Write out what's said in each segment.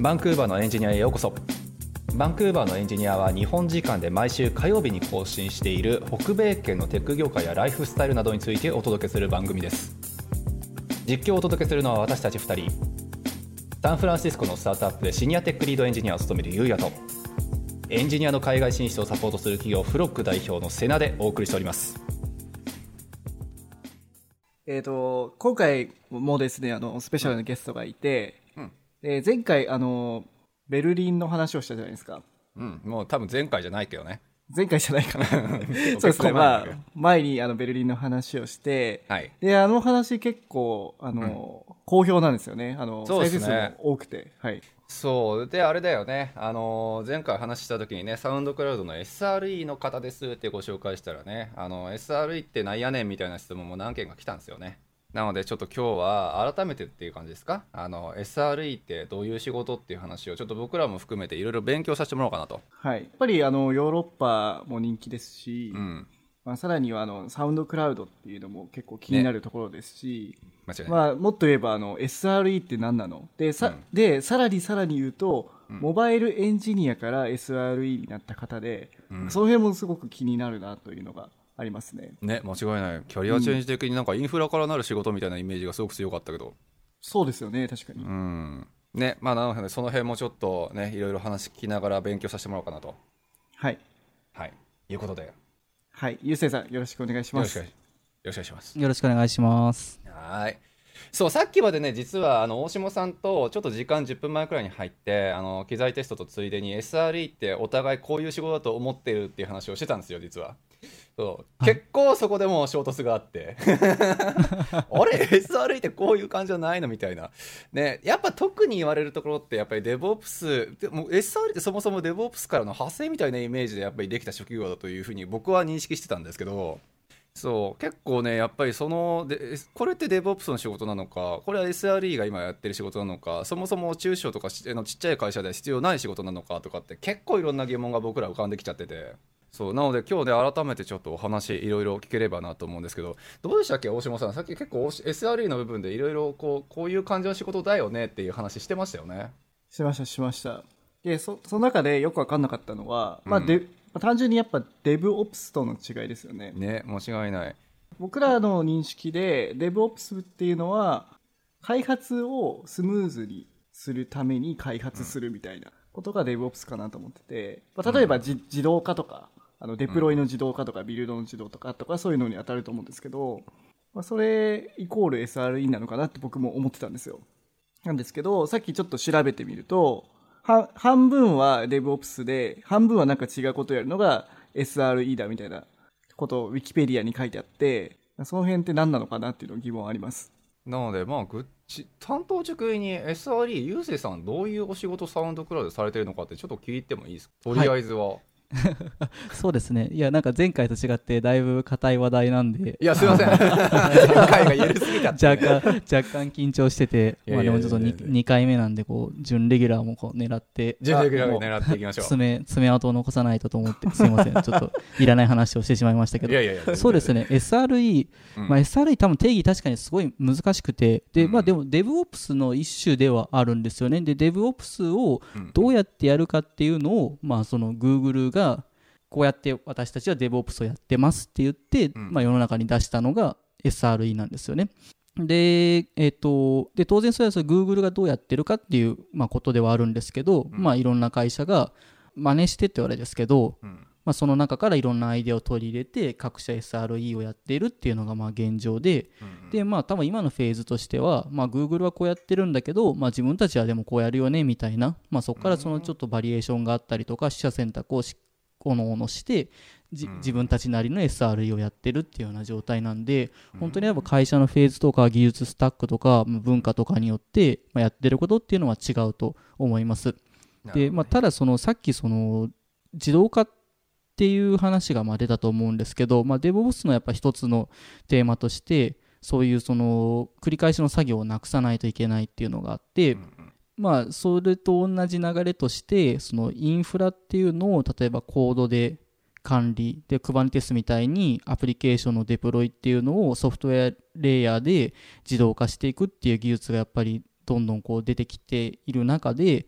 バンクーバーのエンジニアへようこそ。バンクーバーのエンジニアは日本時間で毎週火曜日に更新している北米圏のテック業界やライフスタイルなどについてお届けする番組です。実況をお届けするのは私たち2人、サンフランシスコのスタートアップでシニアテックリードエンジニアを務めるゆうやと、エンジニアの海外進出をサポートする企業フロック代表のセナでお送りしております。 今回もですね、スペシャルなゲストがいて、前回ベルリンの話をしたじゃないですか。 もう多分前回じゃないけどね。 前回じゃないかなそうですね、前にベルリンの話をして、 はい、 で話結構好評なんですよね。 そうですね、 再生数も多くて、はい、 そうで、あれだよね、前回話した時にね、サウンドクラウドの SRE の方ですってご紹介したらね、SRE ってなんやねんみたいな質問も何件か来たんですよね。なのでちょっと今日は改めてっていう感じですか、SRE ってどういう仕事っていう話をちょっと僕らも含めていろいろ勉強させてもらおうかなと。 はい、やっぱりヨーロッパも人気ですし、さらにはサウンドクラウドっていうのも結構気になるところですし、もっと言えばSRE って何なので、さらに言うと、モバイルエンジニアから SRE になった方で、その辺もすごく気になるなというのがありますね。 ね、間違いない。キャリアチェンジ的になんかインフラからなる仕事みたいなイメージがすごく強かったけど。 そうですよね、確かに。 ね、なのでその辺もちょっとね、いろいろ話聞きながら勉強させてもらおうかなと。 はい。 はい。いうことで。 はい。ゆうせいさん、よろしくお願いします。 よろしくお願いします。 よろしくお願いします。 はい。そう、さっきまでね、実は大下さんとちょっと時間10分前くらいに入って、機材テストとついでに SRE ってお互いこういう仕事だと思ってるっていう話をしてたんですよ、実は。そう結構そこでも衝突があってあれ SRE ってこういう感じじゃないのみたいな、ね、やっぱ特に言われるところってやっぱり DevOps でも SRE ってそもそも DevOps からの派生みたいなイメージでやっぱりできた職業だというふうに僕は認識してたんですけど、そう結構ねやっぱりこれって DevOps の仕事なのか、これは SRE が今やってる仕事なのか、そもそも中小とかちっちゃい会社では必要ない仕事なのかとかって結構いろんな疑問が僕ら浮かんできちゃってて、そうなので今日で改めてちょっとお話いろいろ聞ければなと思うんですけど、どうでしたっけ大下さん、さっき結構 SRE の部分でいろいろこういう感じの仕事だよねっていう話してましたよね。 しましたで、その中でよく分かんなかったのは、単純にやっぱ DevOps との違いですよね。 ね、間違いない。 僕らの認識で DevOps っていうのは開発をスムーズにするために開発するみたいなことが DevOps かなと思ってて、例えば自動化とかデプロイの自動化とかビルドの自動化とかそういうのに当たると思うんですけど、それイコール SRE なのかなって僕も思ってたんですよ。なんですけど、さっきちょっと調べてみると、半分は DevOps で半分はなんか違うことをやるのが SRE だみたいなことをウィキペディアに書いてあって、その辺って何なのかなっていうの疑問あります。 なので担当直に SRE ゆうせいさんどういうお仕事サウンドクラウドされてるのかってちょっと聞いてもいいですか、とりあえずは。 そうですね。いや、なんか前回と違ってだいぶ硬い話題なんで、 いやすいません前回が緩すぎたって、 若干緊張してて、でもちょっと 2回目なんで準レギュラーも狙って準レギュラーを狙っていきましょう。 爪痕を残さないとと思って、すいませんちょっといらない話をしてしまいましたけど、そうですね。 SRE、SRE 多分定義確かにすごい難しくて、でも DevOps の一種ではあるんですよね。で DevOps をどうやってやるかっていうのを、その Google がこうやって私たちは DevOps をやってますって言って、世の中に出したのが SRE なんですよね。で、当然それはGoogle がどうやってるかっていう、ことではあるんですけど、いろんな会社が真似してって言われですけど、その中からいろんなアイデアを取り入れて各社 SRE をやっているっていうのが現状で、で多分今のフェーズとしては、Google はこうやってるんだけど、自分たちはでもこうやるよねみたいな、そこからちょっとバリエーションがあったりとか、取捨選択をおのおのして自分たちなりの SRE をやってるっていうような状態なんで、本当にやっぱ会社のフェーズとか技術スタックとか文化とかによってやってることっていうのは違うと思います。で、たださっき自動化っていう話が出たと思うんですけど、DevOps のやっぱ一つのテーマとしてそういう繰り返しの作業をなくさないといけないっていうのがあって、それと同じ流れとしてインフラっていうのを例えばコードで管理で Kubernetes みたいにアプリケーションのデプロイっていうのをソフトウェアレイヤーで自動化していくっていう技術がやっぱりどんどん出てきている中で、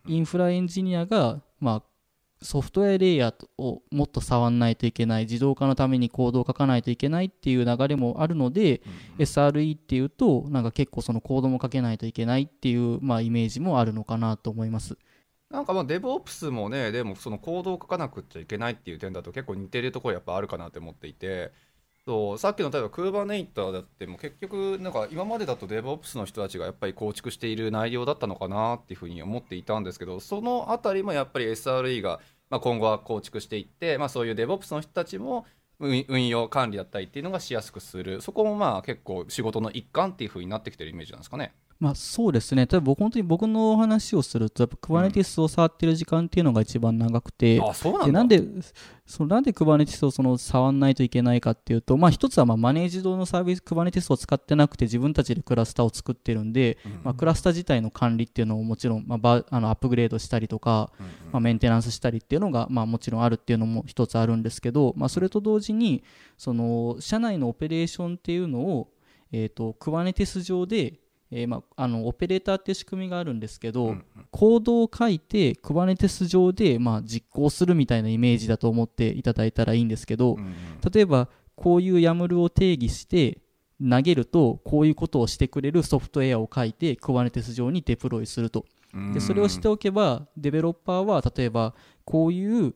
インフラエンジニアが、ソフトウェアレイヤーをもっと触んないといけない、自動化のためにコードを書かないといけないっていう流れもあるので、SRE っていうとなんか結構そのコードも書けないといけないっていう、イメージもあるのかなと思います。 なんかDevOps もね、でもそのコードを書かなくちゃいけないっていう点だと結構似てるところやっぱあるかなって思っていて、そうさっきの例えば Kubernetes だっても結局なんか今までだと DevOps の人たちがやっぱり構築している内容だったのかなっていうふうに思っていたんですけど、そのあたりもやっぱり SRE が今後は構築していって、そういう DevOps の人たちも運用管理だったりっていうのがしやすくする、そこも結構仕事の一環っていうふうになってきてるイメージなんですかね。 そうですね。例えば本当に僕の話をすると、やっぱ Kubernetes を触ってる時間っていうのが一番長くて、 そうなんだ。 なんで Kubernetes を触らないといけないかっていうと、一つはマネージドのサービス Kubernetes を使ってなくて自分たちでクラスターを作ってるんで、クラスター自体の管理っていうのをもちろん、アップグレードしたりとか、メンテナンスしたりっていうのが、もちろんあるっていうのも一つあるんですけど、それと同時にその社内のオペレーションっていうのを、Kubernetes 上でオペレーターっていう仕組みがあるんですけど、コードを書いて Kubernetes 上で実行するみたいなイメージだと思っていただいたらいいんですけど、例えばこういう YAML を定義して投げるとこういうことをしてくれるソフトウェアを書いて Kubernetes 上にデプロイすると。でそれをしておけばデベロッパーは例えばこういう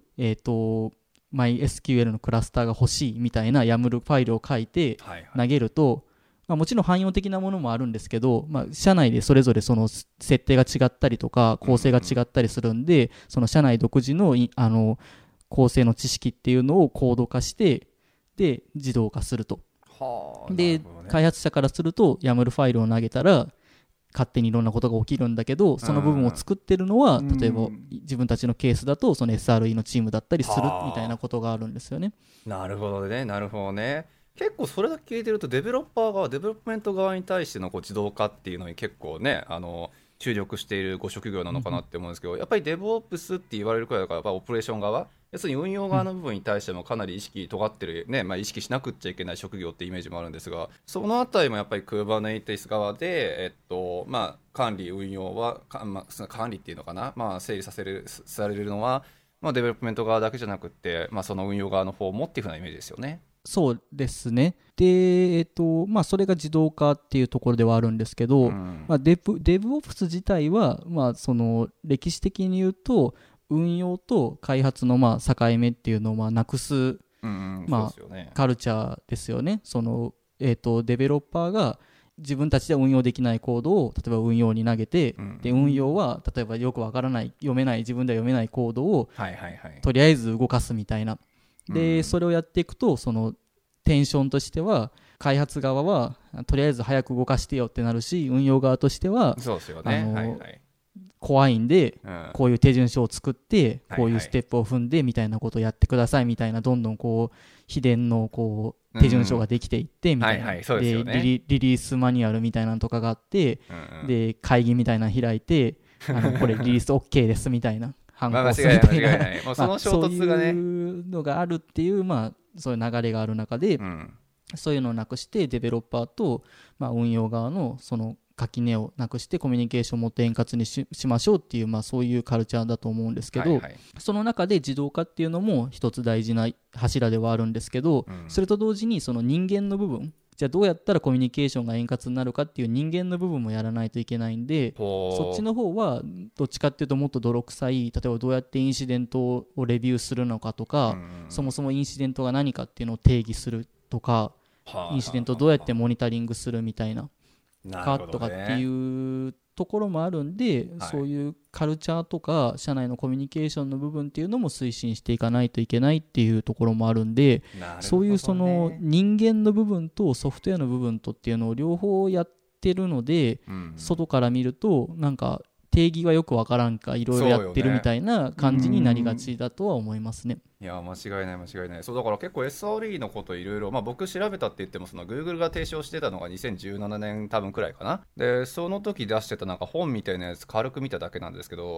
、MySQL のクラスターが欲しいみたいな YAML ファイルを書いて投げると、もちろん汎用的なものもあるんですけど、社内でそれぞれその設定が違ったりとか構成が違ったりするんで、その社内独自の構成の知識っていうのをコード化してで自動化すると。で、開発者からすると YAML ファイルを投げたら勝手にいろんなことが起きるんだけど、その部分を作ってるのは例えば自分たちのケースだとその SRE のチームだったりするみたいなことがあるんですよね。 なるほどね、なるほどね。結構それだけ聞いてるとデベロッパー側、デベロップメント側に対しての自動化っていうのに結構ね注力しているご職業なのかなって思うんですけど、やっぱり DevOps って言われるくらいだからやっぱオペレーション側、要するに運用側の部分に対してもかなり意識尖ってるね、意識しなくっちゃいけない職業ってイメージもあるんですが、そのあたりもやっぱり Kubernetes 側で管理運用は管理っていうのかな、整理されるのはデベロップメント側だけじゃなくってその運用側の方もっていう風なイメージですよね。 そうですね。で、それが自動化っていうところではあるんですけど、DevOps 自体は、その歴史的に言うと運用と開発の境目っていうのをなくす、カルチャーですよね。そのデベロッパーが自分たちで運用できないコードを例えば運用に投げて、で運用は例えばよくわからない自分では読めないコードを、とりあえず動かすみたいな。でそれをやっていくとそのテンションとしては開発側はとりあえず早く動かしてよってなるし、運用側としてはそうですよね、 怖いんで、こういう手順書を作ってこういうステップを踏んでみたいなことをやってくださいみたいな、どんどんこう秘伝のこう手順書ができていってみたいな、でリリースマニュアルみたいなのとかがあって、で会議みたいなの開いてこれリリース OK ですみたいな反抗するみたいな、 もうその衝突がね、 そういうのがあるっていう、そういう流れがある中で、そういうのをなくしてデベロッパーと、運用側のその垣根をなくしてコミュニケーションをもっと円滑に しましょうっていう、そういうカルチャーだと思うんですけど、その中で自動化っていうのも一つ大事な柱ではあるんですけど、それと同時にその人間の部分、じゃあどうやったらコミュニケーションが円滑になるかっていう人間の部分もやらないといけないんで、そっちの方はどっちかっていうともっと泥臭い、例えばどうやってインシデントをレビューするのかとか、そもそもインシデントが何かっていうのを定義するとか、インシデントをどうやってモニタリングするみたいなかとかっていうところもあるんで、そういうカルチャーとか社内のコミュニケーションの部分っていうのも推進していかないといけないっていうところもあるんで、そういうその人間の部分とソフトウェアの部分とっていうのを両方やってるので、外から見るとなんか定義がよくわからんかいろいろやってるみたいな感じになりがちだとは思いますね。 いや間違いない間違いない。そうだから結構 SRE のこといろいろ僕調べたって言ってもその Google が提唱してたのが2017年多分くらいかな。でその時出してたなんか本みたいなやつ軽く見ただけなんですけど、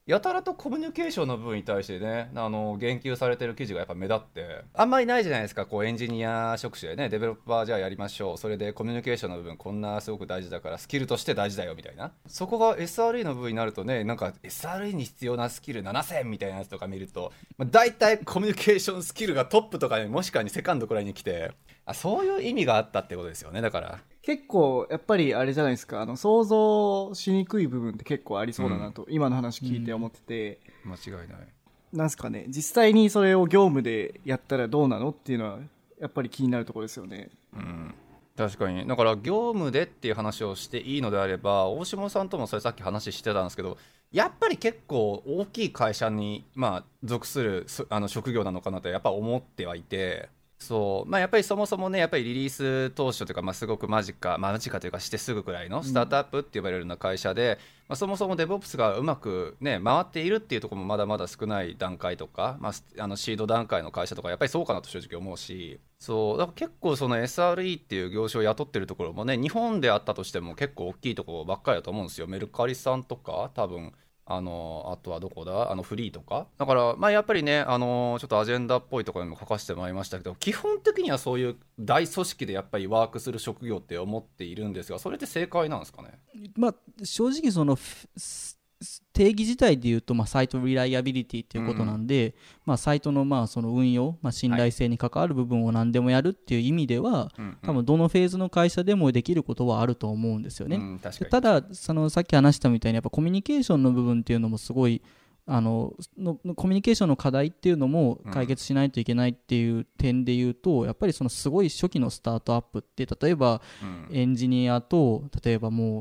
やたらとコミュニケーションの部分に対してね言及されてる記事がやっぱ目立ってあんまりないじゃないですか。こうエンジニア職種でねデベロッパーじゃあやりましょう、それでコミュニケーションの部分こんなすごく大事だからスキルとして大事だよみたいな、そこが SRE の部分になるとね、なんか SRE に必要なスキル7000みたいなやつとか見ると、大体コミュニケーションスキルがトップとかにもしくはセカンドくらいに来て、そういう意味があったってことですよね。だから結構やっぱりあれじゃないですか、想像しにくい部分って結構ありそうだなと、今の話聞いて思ってて、 間違いない。 なんすかね、実際にそれを業務でやったらどうなのっていうのはやっぱり気になるところですよね。 確かに。だから業務でっていう話をしていいのであれば、大下さんともそれさっき話してたんですけど、やっぱり結構大きい会社に、属する職業なのかなとやっぱ思ってはいて、そうやっぱりそもそもね、やっぱりリリース当初というか、すごく間近というかしてすぐくらいのスタートアップって呼ばれるような会社で、そもそも DevOps がうまく、ね、回っているっていうところもまだまだ少ない段階とか、シード段階の会社とかやっぱりそうかなと正直思うし、そうだから結構その SRE っていう業種を雇ってるところもね、日本であったとしても結構大きいところばっかりだと思うんですよ。メルカリさんとか多分あとはどこだ、フリーとかだから、やっぱりね、ちょっとアジェンダっぽいところにも書かせてもらいましたけど、基本的にはそういう大組織でやっぱりワークする職業って思っているんですが、それって正解なんですかね。 正直その定義自体でいうと、サイトリライアビリティっていうことなんで、サイトのその運用、信頼性に関わる部分を何でもやるっていう意味では、多分どのフェーズの会社でもできることはあると思うんですよね。たださっき話したみたいにやっぱコミュニケーションの部分っていうのもすごいコミュニケーションの課題っていうのも解決しないといけないっていう点で言うと、やっぱりそのすごい初期のスタートアップって、例えばエンジニアと例えばもう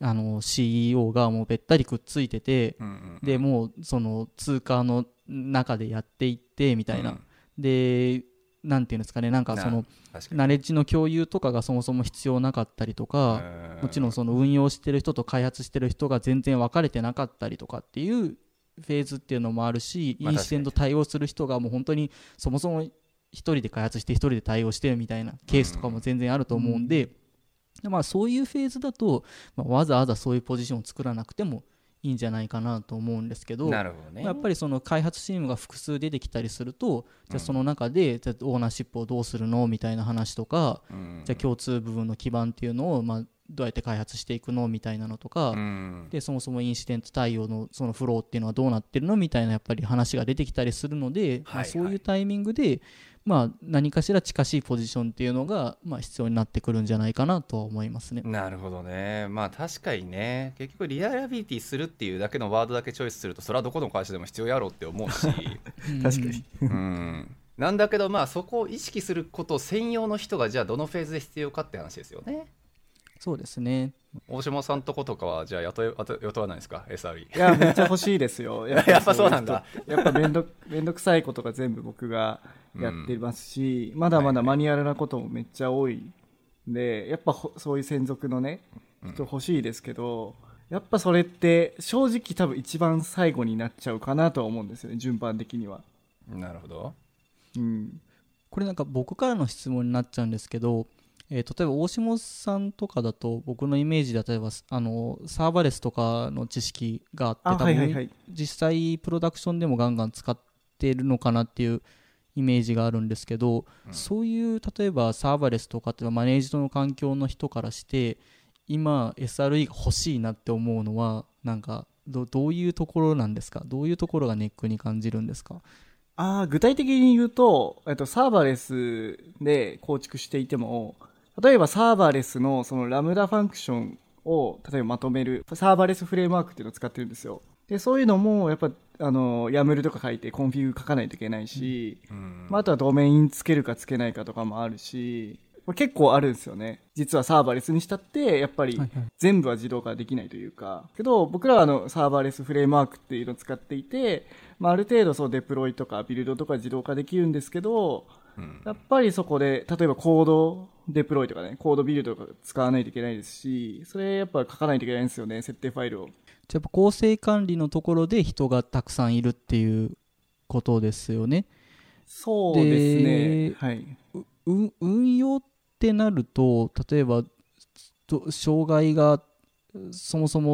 CEO がもうべったりくっついてて、でもうその通貨の中でやっていってみたいな、でなんていうんですかね、なんかそのナレッジの共有とかがそもそも必要なかったりとか、もちろんその運用してる人と開発してる人が全然分かれてなかったりとかっていうフェーズっていうのもあるし、インシデント対応する人がもう本当にそもそも一人で開発して一人で対応してるみたいなケースとかも全然あると思うんで、そういうフェーズだと、わざわざそういうポジションを作らなくてもいいんじゃないかなと思うんですけど、 なるほどね。 やっぱりその開発チームが複数出てきたりすると、じゃあその中でじゃあオーナーシップをどうするのみたいな話とか、じゃあ共通部分の基盤っていうのをどうやって開発していくのみたいなのとか、でそもそもインシデント対応のそのフローっていうのはどうなってるのみたいなやっぱり話が出てきたりするので、そういうタイミングで何かしら近しいポジションっていうのが必要になってくるんじゃないかなとは思いますね。 なるほどね。確かにね、結局リライアビリティするっていうだけのワードだけチョイスすると、それはどこの会社でも必要やろうって思うし確かになんだけどそこを意識すること専用の人がじゃあどのフェーズで必要かって話ですよね。 そうですね。 大島さんとことかはじゃあ雇わないですか SRE。 いやめっちゃ欲しいですよ。 やっぱそうなんだ。 やっぱめんどくさいことが全部僕がやってますし、まだまだマニュアルなこともめっちゃ多いんで、やっぱそういう専属のね人欲しいですけど、やっぱそれって正直多分一番最後になっちゃうかなとは思うんですよね、順番的には。 なるほど。 これなんか僕からの質問になっちゃうんですけど、例えば大下さんとかだと僕のイメージで例えばサーバレスとかの知識があって多分実際プロダクションでもガンガン使ってるのかなっていうイメージがあるんですけど、そういう例えばサーバレスとかってマネージドの環境の人からして今 SRE が欲しいなって思うのはなんかどういうところなんですか？どういうところがネックに感じるんですか？ 具体的に言うと、サーバレスで構築していても、例えばサーバーレスのそのラムダファンクションを例えばまとめるサーバーレスフレームワークっていうのを使ってるんですよ。でそういうのもやっぱYAML とか書いてコンフィグ書かないといけないし、あとはドメインつけるかつけないかとかもあるし、結構あるんですよね。実はサーバーレスにしたってやっぱり全部は自動化できないというか、けど僕らはサーバーレスフレームワークっていうのを使っていて、ある程度そうデプロイとかビルドとか自動化できるんですけど、やっぱりそこで例えばコードデプロイとかね、コードビルドとか使わないといけないですし、それやっぱ書かないといけないんですよね、設定ファイルを。 じゃあやっぱ構成管理のところで人がたくさんいるっていうことですよね。 そうですね。はい。 運用ってなると例えば障害がそもそも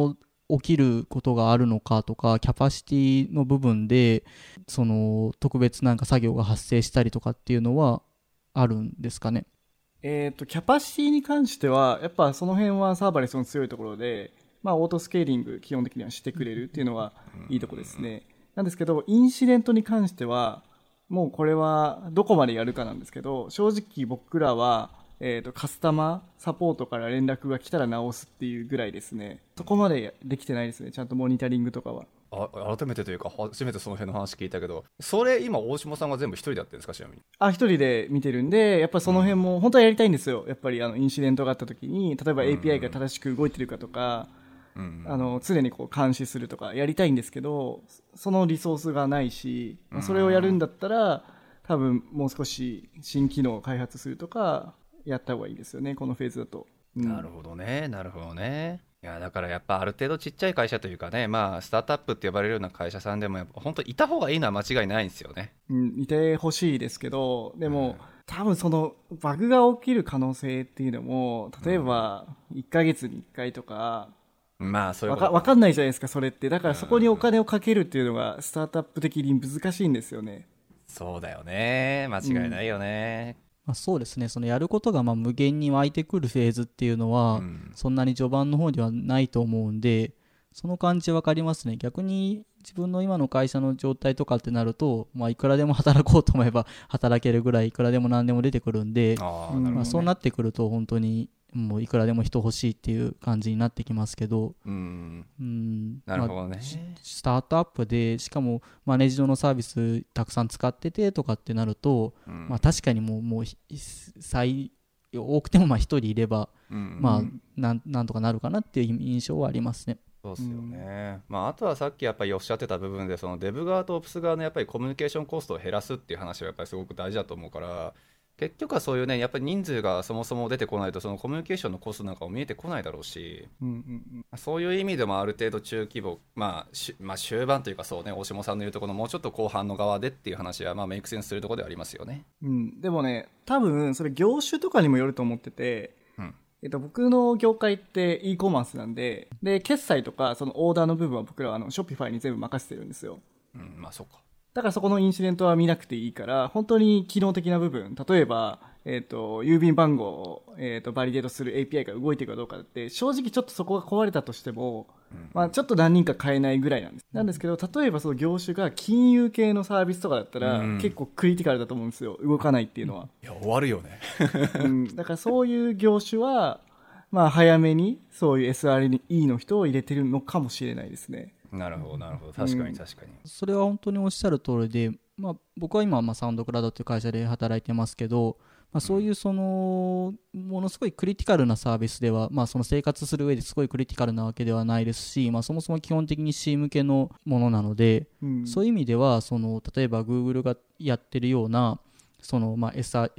起きることがあるのかとか、キャパシティの部分でその特別なんか作業が発生したりとかっていうのはあるんですかね。 キャパシティに関してはやっぱその辺はサーバレスの強いところで、まあ、オートスケーリング基本的にはしてくれるっていうのはいいところですね。なんですけどインシデントに関してはもうこれはどこまでやるかなんですけど、正直僕らはカスタマーサポートから連絡が来たら直すっていうぐらいですね。そこまでできてないですね、ちゃんとモニタリングとかは。 改めてというか初めてその辺の話聞いたけど、それ今大下さんが全部一人でやってるんですか？ちなみに一人で見てるんで、やっぱりその辺も本当はやりたいんですよ。やっぱりインシデントがあった時に例えば API が正しく動いてるかとか、常にこう監視するとかやりたいんですけど、そのリソースがないし、それをやるんだったら多分もう少し新機能を開発するとかやった方がいいですよね、このフェーズだと。 なるほどね、なるほどね。いやだからやっぱある程度ちっちゃい会社というかね、まあスタートアップって呼ばれるような会社さんでもやっぱ本当いた方がいいのは間違いないんですよね。 いてほしいですけど、でも、多分そのバグが起きる可能性っていうのも例えば1ヶ月に1回とか、 まあそういうこと分かんないじゃないですか、それって。だからそこにお金をかけるっていうのがスタートアップ的に難しいんですよね。 そうだよね、間違いないよね。 そうですね、そのやることがまあ無限に湧いてくるフェーズっていうのは、そんなに序盤の方ではないと思うんで、その感じ分かりますね。逆に自分の今の会社の状態とかってなると、まあ、いくらでも働こうと思えば働けるぐらいいくらでも何でも出てくるんで、まあ、そうなってくると本当にもういくらでも人欲しいっていう感じになってきますけど、 なるほどね、 スタートアップでしかもマネージドのサービスたくさん使っててとかってなると、まあ、確かにもう多くてもまあ1人いれば、まあなんとかなるかなっていう印象はありますね。 そうですよね。まあ、あとはさっきやっぱりおっしゃってた部分で、そのデブ側とオプス側のやっぱりコミュニケーションコストを減らすっていう話はやっぱりすごく大事だと思うから、結局はそういうね、やっぱり人数がそもそも出てこないとそのコミュニケーションのコストなんかも見えてこないだろうし、そういう意味でもある程度中規模、まあ終盤というか、そうね、大下さんの言うところのもうちょっと後半の側でっていう話はまあメイクセンスするところではありますよね。 でもね、多分それ業種とかにもよると思ってて、僕の業界って e コマースなんで、決済とかそのオーダーの部分は僕らはShopify に全部任せてるんですよ。 まあそうか。 だからそこのインシデントは見なくていいから、本当に機能的な部分、例えば、郵便番号を、バリデートする API が動いてるかどうかって、正直ちょっとそこが壊れたとしても、まあちょっと何人か変えないぐらいなんです。なんですけど、例えばその業種が金融系のサービスとかだったら、結構クリティカルだと思うんですよ。動かないっていうのは。 いや、終わるよね。 だからそういう業種は、まあ早めにそういう SRE の人を入れてるのかもしれないですね。 なるほどなるほど、確かに確かに、 それは本当におっしゃる通りで、まあ、僕は今サウンドクラウドという会社で働いてますけど、まあ、そういうそのものすごいクリティカルなサービスでは、まあ、その生活する上ですごいクリティカルなわけではないですし、まあ、そもそも基本的に C 向けのものなので、そういう意味ではその例えば Google がやってるようなそのまあ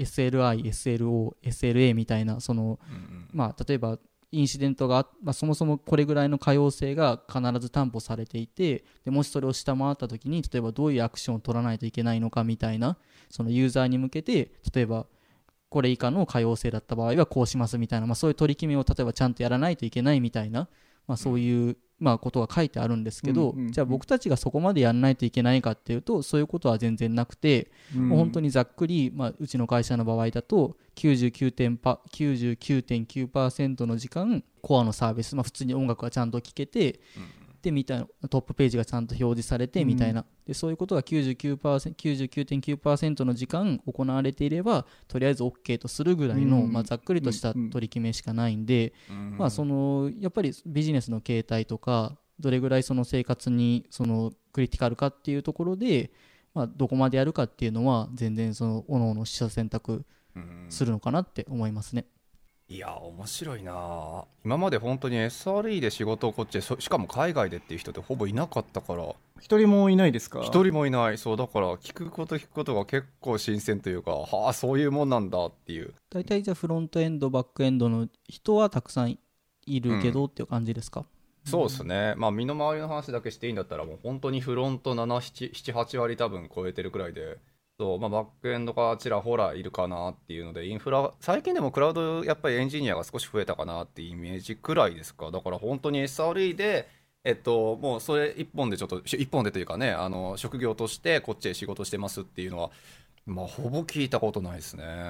SLI、SLO、SLA みたいなその、まあ、例えばインシデントが、まあ、そもそもこれぐらいの可用性が必ず担保されていて、でもしそれを下回った時に例えばどういうアクションを取らないといけないのかみたいな、そのユーザーに向けて例えばこれ以下の可用性だった場合はこうしますみたいな、まあ、そういう取り決めを例えばちゃんとやらないといけないみたいな、まあ、そういうまあことが書いてあるんですけど、じゃあ僕たちがそこまでやらないといけないかっていうとそういうことは全然なくて、もう本当にざっくり、まあ、うちの会社の場合だと 99.9% の時間コアのサービス、まあ、普通に音楽がちゃんと聴けて、でみたいなトップページがちゃんと表示されてみたいな、でそういうことが 99.9% の時間行われていればとりあえず OK とするぐらいの、まあ、ざっくりとした取り決めしかないんで、まあ、そのやっぱりビジネスの形態とかどれぐらいその生活にそのクリティカルかっていうところで、まあ、どこまでやるかっていうのは全然その各々取捨選択するのかなって思いますね。 いや面白いな。今まで本当に SRE で仕事をこっちでしかも海外でっていう人ってほぼいなかったから。 一人もいないですか？ 一人もいない。そうだから聞くことが結構新鮮というか、はあそういうもんなんだっていう。 大体じゃあフロントエンドバックエンドの人はたくさんいるけどっていう感じですか？ そうですね。まあ身の回りの話だけしていいんだったらもう本当にフロント7、8割多分超えてるくらいで、そうまあ、バックエンドがちらほらいるかなっていうので、インフラ最近でもクラウドやっぱりエンジニアが少し増えたかなっていうイメージくらいですか。だから本当に SRE でもうそれ一本で一本でというかね、職業としてこっちへ仕事してますっていうのは、まあ、ほぼ聞いたことないですね。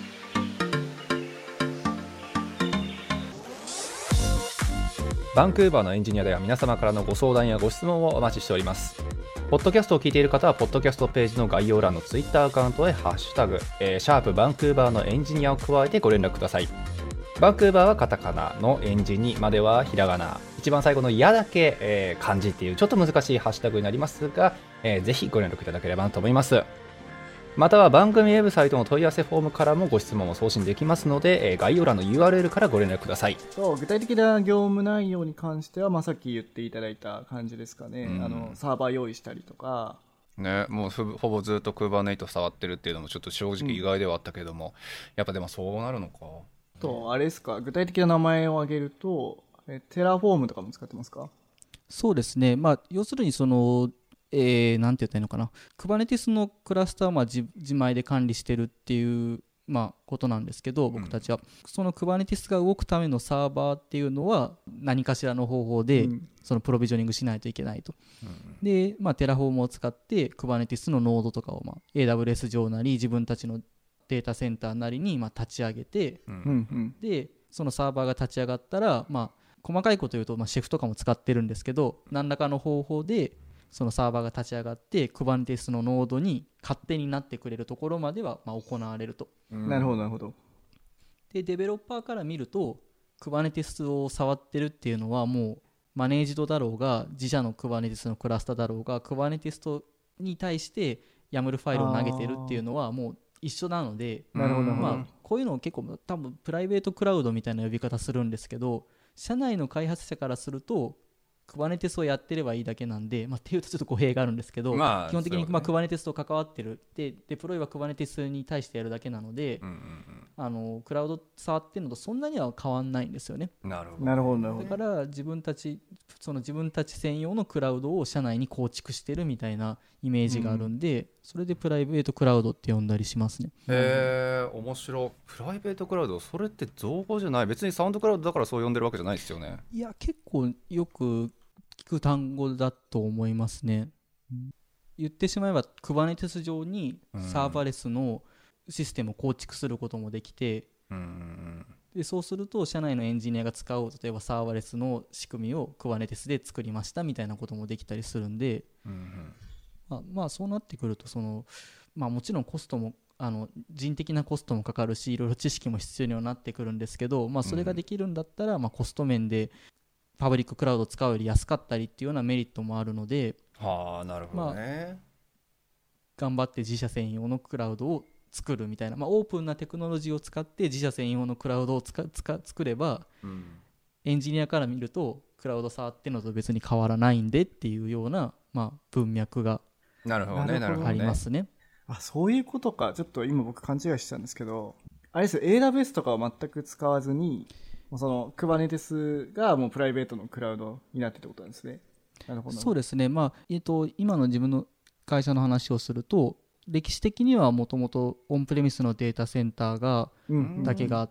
バンクーバーのエンジニアでは皆様からのご相談やご質問をお待ちしております。ポッドキャストを聞いている方はポッドキャストページの概要欄のツイッターアカウントへハッシュタグ、シャープバンクーバーのエンジニアを加えてご連絡ください。バンクーバーはカタカナのエンジニまではひらがな、一番最後のやだけ、漢字っていうちょっと難しいハッシュタグになりますが、ぜひご連絡いただければと思います。または番組ウェブサイトの問い合わせフォームからもご質問を送信できますので、概要欄の URL からご連絡ください。 具体的な業務内容に関しては、さっき言っていただいた感じですかね。サーバー用意したりとかね、もうほぼずっと Kubernetes 触ってるっていうのもちょっと正直意外ではあったけども、やっぱでもそうなるのかと、あれですか、具体的な名前を挙げると、テラフォームとかも使ってますか？ そうですね、要するになんて言ったらいいのかな、Kubernetes のクラスターは自前で管理してるっていう、ことなんですけど、僕たちは、その Kubernetes が動くためのサーバーっていうのは何かしらの方法でそのプロビジョニングしないといけないと。で、テラフォームを使って Kubernetes のノードとかを、AWS 上なり自分たちのデータセンターなりに立ち上げて、でそのサーバーが立ち上がったら、細かいこと言うと、シェフとかも使ってるんですけど、何らかの方法でそのサーバーが立ち上がって Kubernetes のノードに勝手になってくれるところまでは行われると。 なるほどなるほど。 でデベロッパーから見ると Kubernetes を触ってるっていうのは、もうマネージドだろうが自社の Kubernetes のクラスターだろうが Kubernetes に対して YAML ファイルを投げてるっていうのはもう一緒なので、 なるほど、 こういうのを結構多分プライベートクラウドみたいな呼び方するんですけど、社内の開発者からするとKubernetes をやってればいいだけなんで、っていうとちょっと語弊があるんですけど、基本的にKubernetes と関わってるでデプロイは Kubernetes に対してやるだけなので、クラウド触ってるのとそんなには変わんないんですよね。 なるほど。 だから自分たち専用のクラウドを社内に構築してるみたいなイメージがあるんで、それでプライベートクラウドって呼んだりしますね。 面白い。プライベートクラウド、それって造語じゃない、別にサウンドクラウドだからそう呼んでるわけじゃないですよね。 いや、結構よく聞く単語だと思いますね。言ってしまえば Kubernetes 上にサーバレスのシステムを構築することもできて、でそうすると社内のエンジニアが使う例えばサーバレスの仕組みを Kubernetes で作りましたみたいなこともできたりするんで、そうなってくるともちろんコストも人的なコストもかかるし、いろいろ知識も必要にはなってくるんですけど、それができるんだったら、コスト面でパブリッククラウドを使うより安かったりっていうようなメリットもあるので、 なるほどね。 頑張って自社専用のクラウドを作るみたいな、オープンなテクノロジーを使って自社専用のクラウドを作れば、エンジニアから見るとクラウド触ってるのと別に変わらないんでっていうような、文脈がありますね。 そういうことか。ちょっと今僕勘違いしてたんですけど、あれですよ、AWS とかは全く使わずにその Kubernetes がもうプライベートのクラウドになってってことなんですね。なるほど。 そうですね。今の自分の会社の話をすると、歴史的にはもともとオンプレミスのデータセンターだけがあって、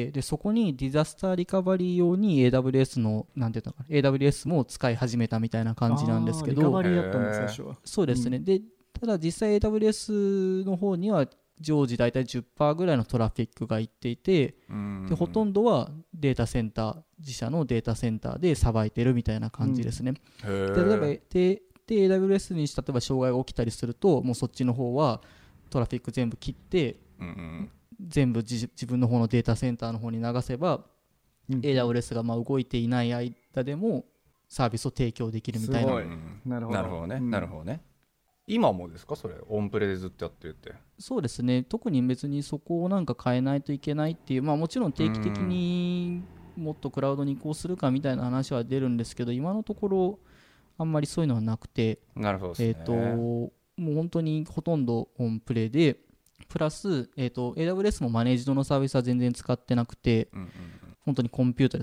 でそこにディザスターリカバリー用に AWS のなんていうのかな、AWS も使い始めたみたいな感じなんですけど、 リカバリーだったんです最初は。 そうですね。でただ実際 AWS の方には常時大体 10% ぐらいのトラフィックがいっていて、でほとんどはデータセンター、自社のデータセンターでさばいてるみたいな感じですね。で例えばAWS に例えば障害が起きたりすると、もうそっちの方はトラフィック全部切って、全部自分の方のデータセンターの方に流せば、AWS が動いていない間でもサービスを提供できるみたいな。 なるほどね、 なるほどね。今もですか、それオンプレでずっとやってるって。 そうですね。特に別にそこをなんか変えないといけないっていう、もちろん定期的にもっとクラウドに移行するかみたいな話は出るんですけど、今のところあんまりそういうのはなくて、 なるほどですね。 もう本当にほとんどオンプレで、プラス、AWS もマネージドのサービスは全然使ってなくて、本当にコンピューターです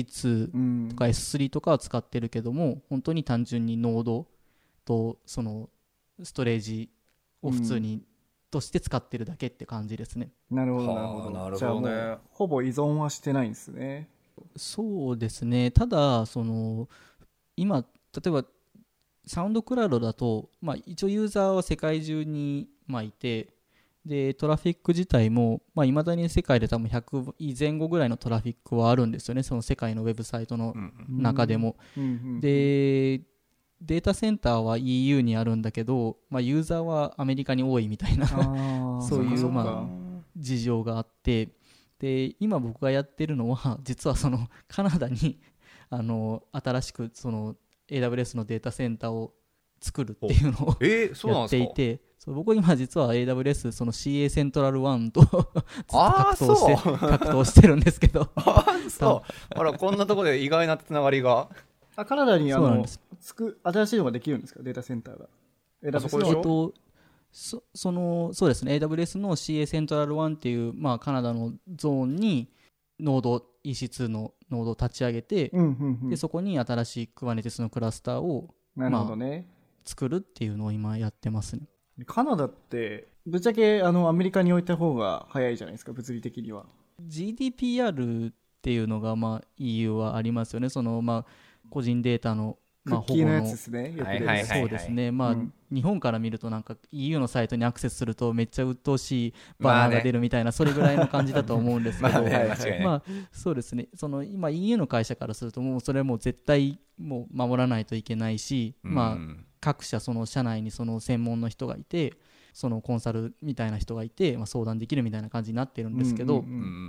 。EC2 とか S3 とかは使ってるけども、本当に単純にノードとそのストレージを普通にとして使ってるだけって感じですね。 なるほどなるほど。じゃあもうほぼ依存はしてないんですね。 そうですね。ただ今例えばサウンドクラウドだと、一応ユーザーは世界中にいて、でトラフィック自体もいまだに世界で多分100前後ぐらいのトラフィックはあるんですよね、その世界のウェブサイトの中でも。でデータセンターは EU にあるんだけど、ユーザーはアメリカに多いみたいなそういう事情があって、で今僕がやってるのは実はそのカナダに新しくその AWS のデータセンターを作るっていうのをやっていて、僕今実は AWS その CA セントラル1とずっと格闘してるんですけどあら、こんなところで意外なつながりが。 カナダに新しいのができるんですか、データセンターが。 そうですね、 AWS の CA セントラル1っていう、カナダのゾーンにノード EC2 のノードを立ち上げて、でそこに新しい Kubernetes のクラスターを、作るっていうのを今やってますね。 カナダってぶっちゃけアメリカに置いた方が早いじゃないですか、物理的には。 GDPR っていうのがEU はありますよね。その個人データのクッキーのやつですね。 そうですね。日本から見るとなんか EU のサイトにアクセスするとめっちゃ鬱陶しいバナーが出るみたいな、それぐらいの感じだと思うんですけど、そうですね。その今 EU の会社からするともうそれはもう絶対もう守らないといけないし、各社その社内にその専門の人がいて、そのコンサルみたいな人がいて、相談できるみたいな感じになってるんですけど、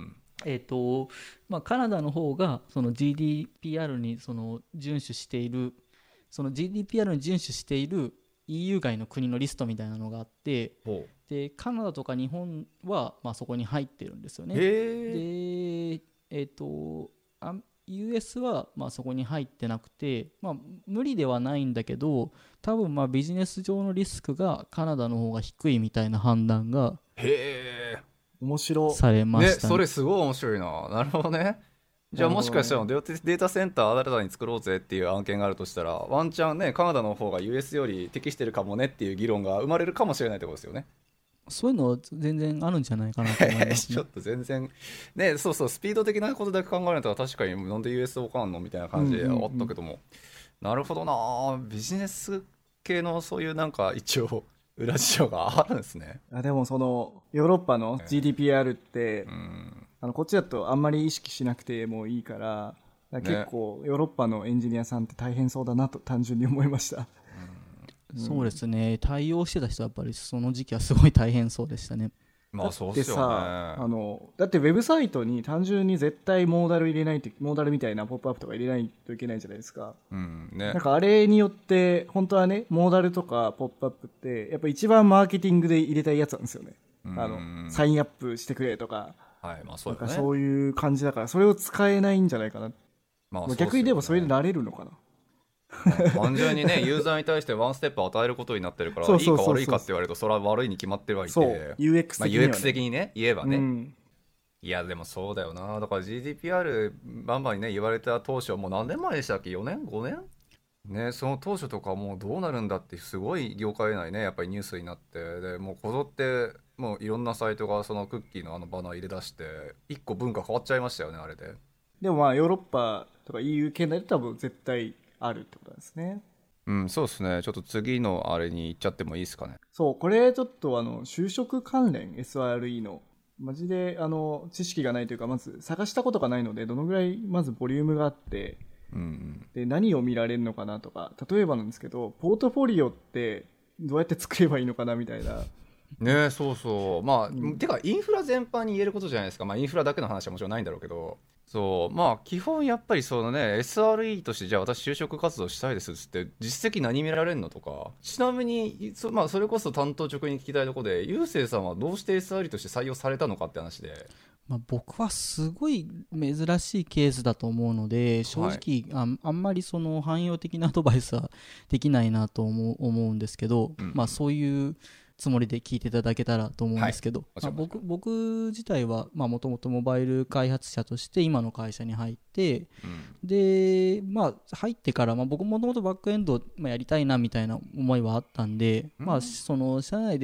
カナダの方がその GDPR にその遵守している、その GDPR に遵守している EU 外の国のリストみたいなのがあって、でカナダとか日本はそこに入ってるんですよね。でUS はそこに入ってなくて、無理ではないんだけど、多分ビジネス上のリスクがカナダの方が低いみたいな判断が面白されましたね。 それすごい面白いな。なるほどね。じゃあもしかしたらデータセンター新たに作ろうぜっていう案件があるとしたら、ワンチャンねカナダの方が US より適してるかもねっていう議論が生まれるかもしれないってことですよね。 そういうの全然あるんじゃないかなと思います、ね、 ちょっと全然ね、そうスピード的なことだけ考えると確かになんで US わかんのみたいな感じであったけども、なるほどな。ビジネス系のそういうなんか一応裏事情があるんですね。 でもそのヨーロッパの GDPR って、こっちだとあんまり意識しなくてもいいから、結構ヨーロッパのエンジニアさんって大変そうだなと単純に思いました。 そうですね、対応してた人はやっぱりその時期はすごい大変そうでしたね。 そうっすよね。 だってウェブサイトに単純に絶対モーダル入れないと、モーダルみたいなポップアップとか入れないといけないじゃないですか。なんかあれによって本当はね、モーダルとかポップアップってやっぱ一番マーケティングで入れたいやつなんですよね。サインアップしてくれとか、なんかそういう感じだから、それを使えないんじゃないかな。逆にでもそれで慣れるのかな。 単純にねユーザーに対してワンステップ与えることになってるから、いいか悪いかって言われるとそれは悪いに決まってるわけで、UX 的にね言えばね、いやでもそうだよな。だから GDPR バンバンにね言われた当初はもう何年前でしたっけ、4年5年ね、その当初とかもうどうなるんだってすごい業界内ねやっぱりニュースになって、でもうこぞってもういろんなサイトがそのクッキーのバナー入れ出して一個文化変わっちゃいましたよね、あれで。 でもヨーロッパとか EU 圏内で多分絶対あるってことですね。 そうですね。ちょっと次のあれに行っちゃってもいいですかね。 これちょっと就職関連 SRE のマジで知識がないというか、まず探したことがないので、どのぐらいまずボリュームがあって、で何を見られるのかなとか、例えばなんですけど、ポートフォリオってどうやって作ればいいのかなみたいな。 ね、てかインフラ全般に言えることじゃないですか。インフラだけの話はもちろんないんだろうけど、基本やっぱりそのね SRE としてじゃあ私就職活動したいですっつって実績何見られるのとか、ちなみにそれこそ担当直に聞きたいところで、ゆうせいさんはどうして SRE として採用されたのかって話で。 僕はすごい珍しいケースだと思うので、正直、あんまりその汎用的なアドバイスはできないなと思うんですけど、そういうつもりで聞いていただけたらと思うんですけど、僕自体はもともとモバイル開発者として今の会社に入って、で入ってから僕もともとバックエンドやりたいなみたいな思いはあったんで、その社内で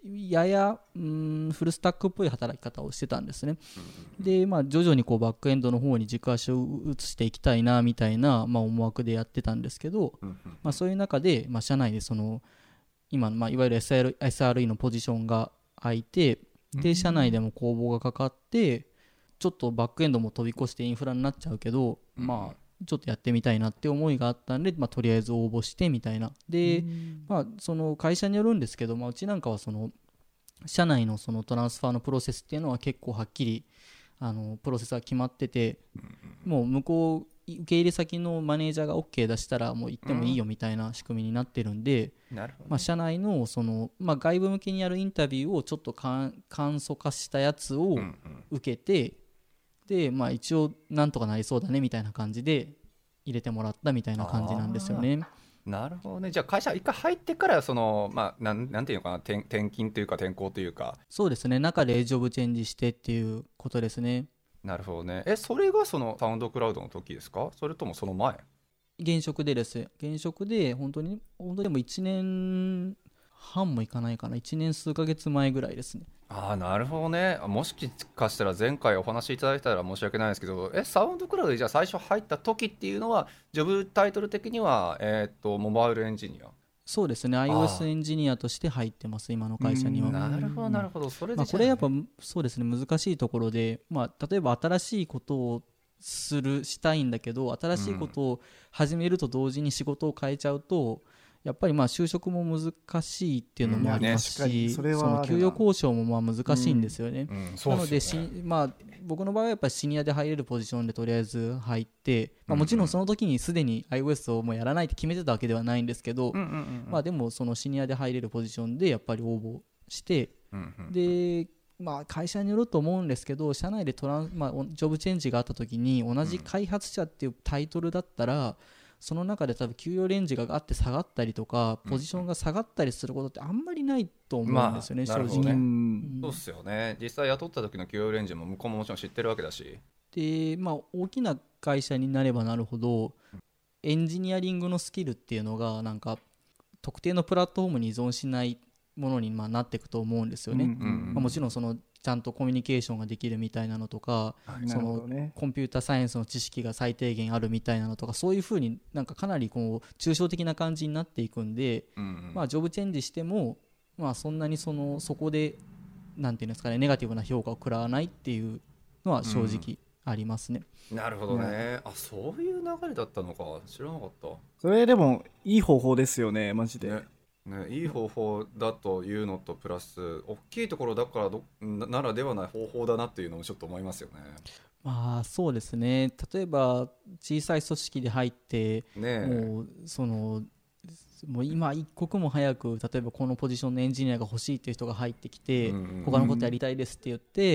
ややフルスタックっぽい働き方をしてたんですね。で、徐々にこうバックエンドの方に軸足を移していきたいなみたいな、思惑でやってたんですけど、そういう中で、社内でその今、いわゆる SRE のポジションが空いて、で社内でも公募がかかって、ちょっとバックエンドも飛び越してインフラになっちゃうけど、ちょっとやってみたいなって思いがあったんで、とりあえず応募してみたいな。で、その会社によるんですけど、うちなんかはその社内のそのトランスファーのプロセスっていうのは結構はっきりプロセスが決まってて、もう向こう受け入れ先のマネージャーが OK 出したらもう行ってもいいよみたいな仕組みになってるんで、社内のその、外部向けにやるインタビューをちょっと簡素化したやつを受けて、で、一応なんとかなりそうだねみたいな感じで入れてもらったみたいな感じなんですよね。 なるほどね。じゃあ会社一回入ってからその、なんていうのかな、転勤というか転校というか。 そうですね、中でジョブチェンジしてっていうことですね。 なるほどね。それがそのサウンドクラウドの時ですか、それともその前？ 現職でです。現職で本当にも1年半もいかないかな、1年数ヶ月前ぐらいですね。 なるほどね。もしかしたら前回お話しいただいたら申し訳ないですけど、サウンドクラウドでじゃあ最初入った時っていうのはジョブタイトル的には、モバイルエンジニア？ そうですね、 iOS エンジニアとして入ってます、今の会社には。 なるほどなるほど。それでこれやっぱそうですね、難しいところで、例えば新しいことをしたいんだけど、新しいことを始めると同時に仕事を変えちゃうと、やっぱり就職も難しいっていうのもありますし、その給与交渉も難しいんですよね。なので僕の場合はやっぱりシニアで入れるポジションでとりあえず入って、もちろんその時にすでに iOS をもうやらないって決めてたわけではないんですけど、でもそのシニアで入れるポジションでやっぱり応募して、で会社によると思うんですけど、社内でジョブチェンジがあった時に同じ開発者っていうタイトルだったら、その中で多分給与レンジがあって下がったりとか、ポジションが下がったりすることってあんまりないと思うんですよね、正直。 そうっすよね。実際雇った時の給与レンジも向こうももちろん知ってるわけだし。 で、大きな会社になればなるほど、エンジニアリングのスキルっていうのがなんか特定のプラットフォームに依存しないものになっていくと思うんですよね。もちろんそのちゃんとコミュニケーションができるみたいなのとか、そのコンピュータサイエンスの知識が最低限あるみたいなのとか、そういうふうになんかかなりこう抽象的な感じになっていくんで、ジョブチェンジしても、そんなにそこでなんていうんですかね、ネガティブな評価を食らわないっていうのは正直ありますね。 なるほどね。そういう流れだったのか、知らなかった。 それでもいい方法ですよね、マジで。 いい方法だというのとプラス大きいところだからならではない方法だなっていうのもちょっと思いますよね。 そうですね。例えば小さい組織で入って、もう今一刻も早く例えばこのポジションのエンジニアが欲しいっていう人が入ってきて、他のことやりたいですって言って、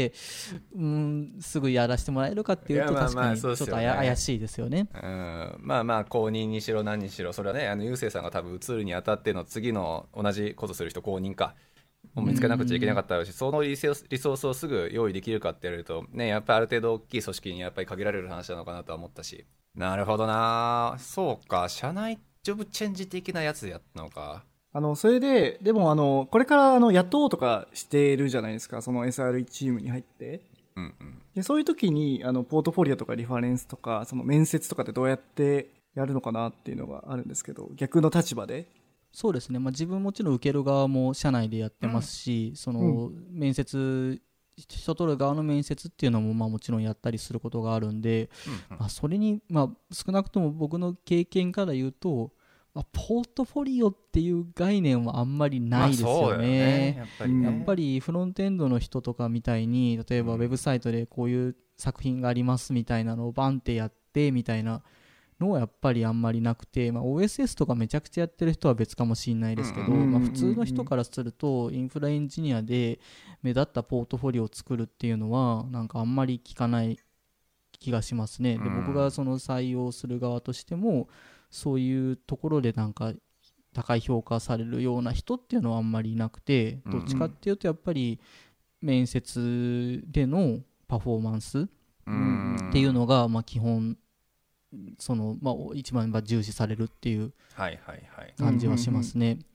すぐやらせてもらえるかっていうと確かにちょっと怪しいですよね。 公認にしろ何にしろ、それはね、ゆうせいさんが多分移るにあたっての次の同じことする人、公認かを見つけなくちゃいけなかったし、そのリソースをすぐ用意できるかってやるとね、やっぱりある程度大きい組織にやっぱり限られる話なのかなとは思ったし。なるほどな。そうか、社内ジョブチェンジ的なやつやったのか。 それででもこれから雇おうとかしてるじゃないですか、その SRE チームに入って、でそういう時にポートフォリオとかリファレンスとかその面接とかってどうやってやるのかなっていうのがあるんですけど、逆の立場で。 そうですね、自分もちろん受ける側も社内でやってますし、その面接、人取る側の面接っていうのももちろんやったりすることがあるんで、それに少なくとも僕の経験から言うと、ポートフォリオっていう概念はあんまりないですよね。やっぱりフロントエンドの人とかみたいに、例えばウェブサイトでこういう作品がありますみたいなのをバンってやってみたいなのはやっぱりあんまりなくて、OSS とかめちゃくちゃやってる人は別かもしれないですけど、普通の人からするとインフラエンジニアで目立ったポートフォリオを作るっていうのはなんかあんまり聞かない気がしますね。で、僕がその採用する側としてもそういうところでなんか高い評価されるような人っていうのはあんまりいなくて、どっちかっていうとやっぱり面接でのパフォーマンスっていうのが基本一番重視されるっていう感じはしますね。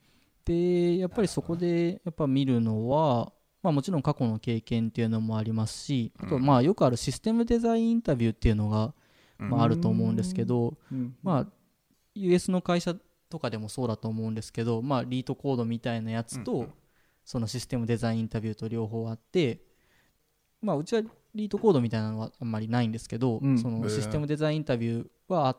でやっぱりそこでやっぱ見るのは、まあ、もちろん過去の経験っていうのもありますし、あとまあよくあるシステムデザインインタビューっていうのが、まあ、あると思うんですけど、まあ US の会社とかでもそうだと思うんですけど、まあ、リートコードみたいなやつと、そのシステムデザインインタビューと両方あって、まあ、うちはリートコードみたいなのはあんまりないんですけど、そのシステムデザインインタビューはあって、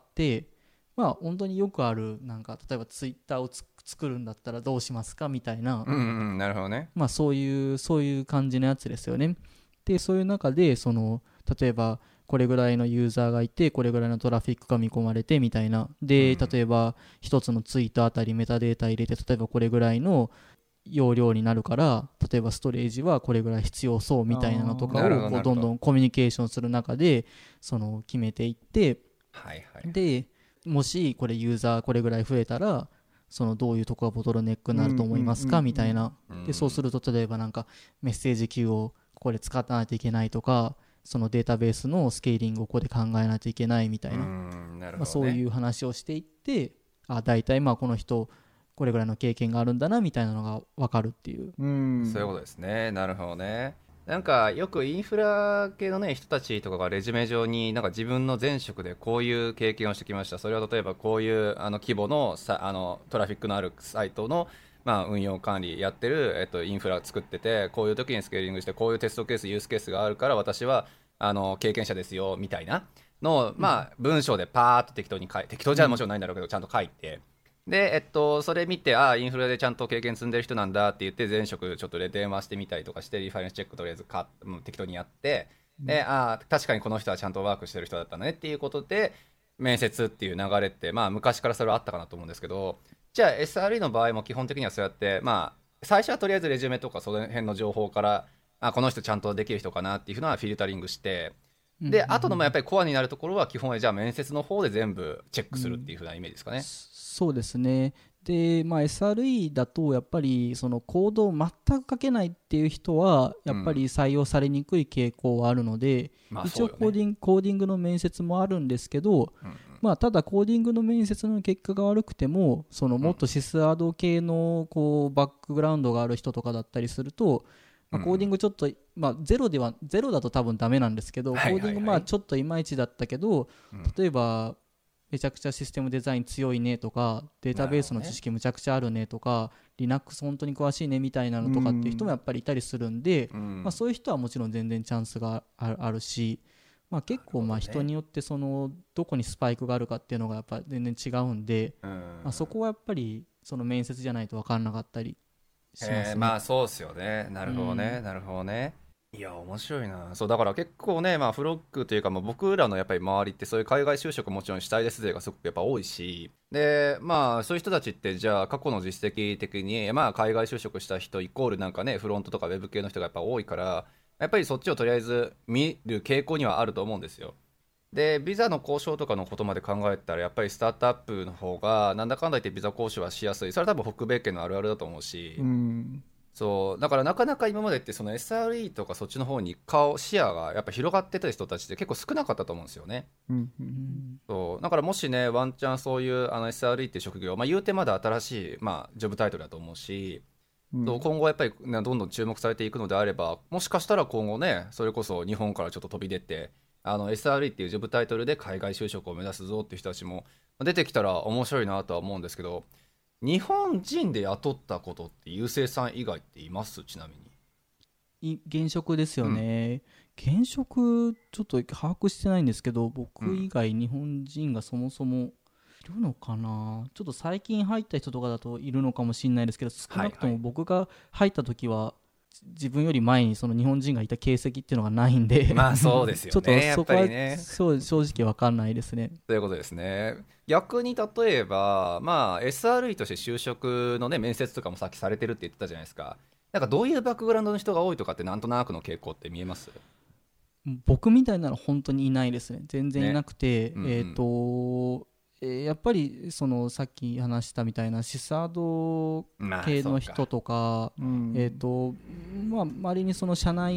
まあ、本当によくあるなんか例えばツイッターを作るんだったらどうしますかみたいな、 なるほどね。 まあ、そういう感じのやつですよね。でそういう中でその例えばこれぐらいのユーザーがいてこれぐらいのトラフィックが見込まれてみたいなで、例えば一つのツイートあたりメタデータ入れて例えばこれぐらいの容量になるから例えばストレージはこれぐらい必要そうみたいなのとかをこうどんどんコミュニケーションする中でその決めていって、でもしこれユーザーこれぐらい増えたらそのどういうとこがボトルネックになると思いますかみたいな。でそうすると例えばなんかメッセージキューをここで使わないといけないとかそのデータベースのスケーリングをここで考えないといけないみたいな、まあ、そういう話をしていって大体まあこの人これぐらいの経験があるんだなみたいなのが分かるっていう、 そういうことですね。なるほどね。なんかよくインフラ系のね人たちとかがレジュメ上になんか自分の前職でこういう経験をしてきました、それは例えばこういう規模のトラフィックのあるサイトのまあ運用管理やってる、インフラ作っててこういう時にスケーリングしてこういうテストケースユースケースがあるから私は経験者ですよみたいなのを、まあ、文章でパーッと適当に適当じゃもちろんないんだろうけどちゃんと書いて、で、それ見てインフラでちゃんと経験積んでる人なんだって言って前職ちょっとで電話してみたりとかしてリファレンスチェックとりあえず適当にやって、で確かにこの人はちゃんとワークしてる人だったねっていうことで面接っていう流れって、まあ、昔からそれはあったかなと思うんですけど、じゃあ SRE の場合も基本的にはそうやって、まあ、最初はとりあえずレジュメとかその辺の情報からこの人ちゃんとできる人かなっていうのはフィルタリングして、で後のやっぱりコアになるところは基本はじゃあ面接の方で全部チェックするっていう風なイメージですかね。 そうですね。で、まあ、SRE だとやっぱりそのコードを全く書けないっていう人はやっぱり採用されにくい傾向はあるので、一応コーディングの面接もあるんですけど、まあ、ただコーディングの面接の結果が悪くてもそのもっとシスアド系のこうバックグラウンドがある人とかだったりすると、まあ、コーディングちょっと、まあ、ゼロだと多分ダメなんですけど、コーディングまあちょっといまいちだったけど、例えばめちゃくちゃシステムデザイン強いねとかデータベースの知識むちゃくちゃあるねとか Linux 本当に詳しいねみたいなのとかっていう人もやっぱりいたりするんで、まあ、そういう人はもちろん全然チャンスがあるし、まあ、結構まあ人によってそのどこにスパイクがあるかっていうのがやっぱ全然違うんで、まあ、そこはやっぱりその面接じゃないと分からなかったりしますね。 まあそうですよね。なるほどね、なるほどね。いや面白いな。そうだから結構ね、まあ、フロックというか、まあ、僕らのやっぱり周りってそういう海外就職もちろんしたいです勢がすごくやっぱ多いし、でまあそういう人たちってじゃあ過去の実績的に、まあ、海外就職した人イコールなんかねフロントとかウェブ系の人がやっぱ多いからやっぱりそっちをとりあえず見る傾向にはあると思うんですよ。でビザの交渉とかのことまで考えたらやっぱりスタートアップの方がなんだかんだ言ってビザ交渉はしやすい。それは多分北米圏のあるあるだと思うし、そうだからなかなか今までってその SRE とかそっちの方に視野がやっぱ広がってた人たちって結構少なかったと思うんですよね。そうだからもしねワンチャンそういうSRE っていう職業、まあ、言うてまだ新しい、まあ、ジョブタイトルだと思うし、今後やっぱり、ね、どんどん注目されていくのであればもしかしたら今後ねそれこそ日本からちょっと飛び出てSRE っていうジョブタイトルで海外就職を目指すぞっていう人たちも出てきたら面白いなとは思うんですけど、日本人で雇ったことってゆうせいさん以外っています？ちなみに現職ですよね、現職ちょっと把握してないんですけど僕以外日本人がそもそもいるのかな。ちょっと最近入った人とかだといるのかもしれないですけど、少なくとも僕が入った時は自分より前にその日本人がいた形跡っていうのがないんでまあそうですよねちょっとそこはやっぱりね正直分かんないですね。 ということですね。逆に例えば、まあ、SRE として就職の、ね、面接とかもさっきされてるって言ってたじゃないですか。なんかどういうバックグラウンドの人が多いとかってなんとなくの傾向って見えます？ 僕みたいなの本当にいないですね。全然いなくて、やっぱりそのさっき話したみたいなシサード系の人とか、まあ、周りにその社内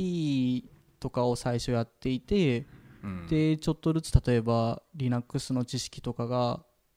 IT とかを最初やっていて、でちょっとずつ例えば Linux の知識とかが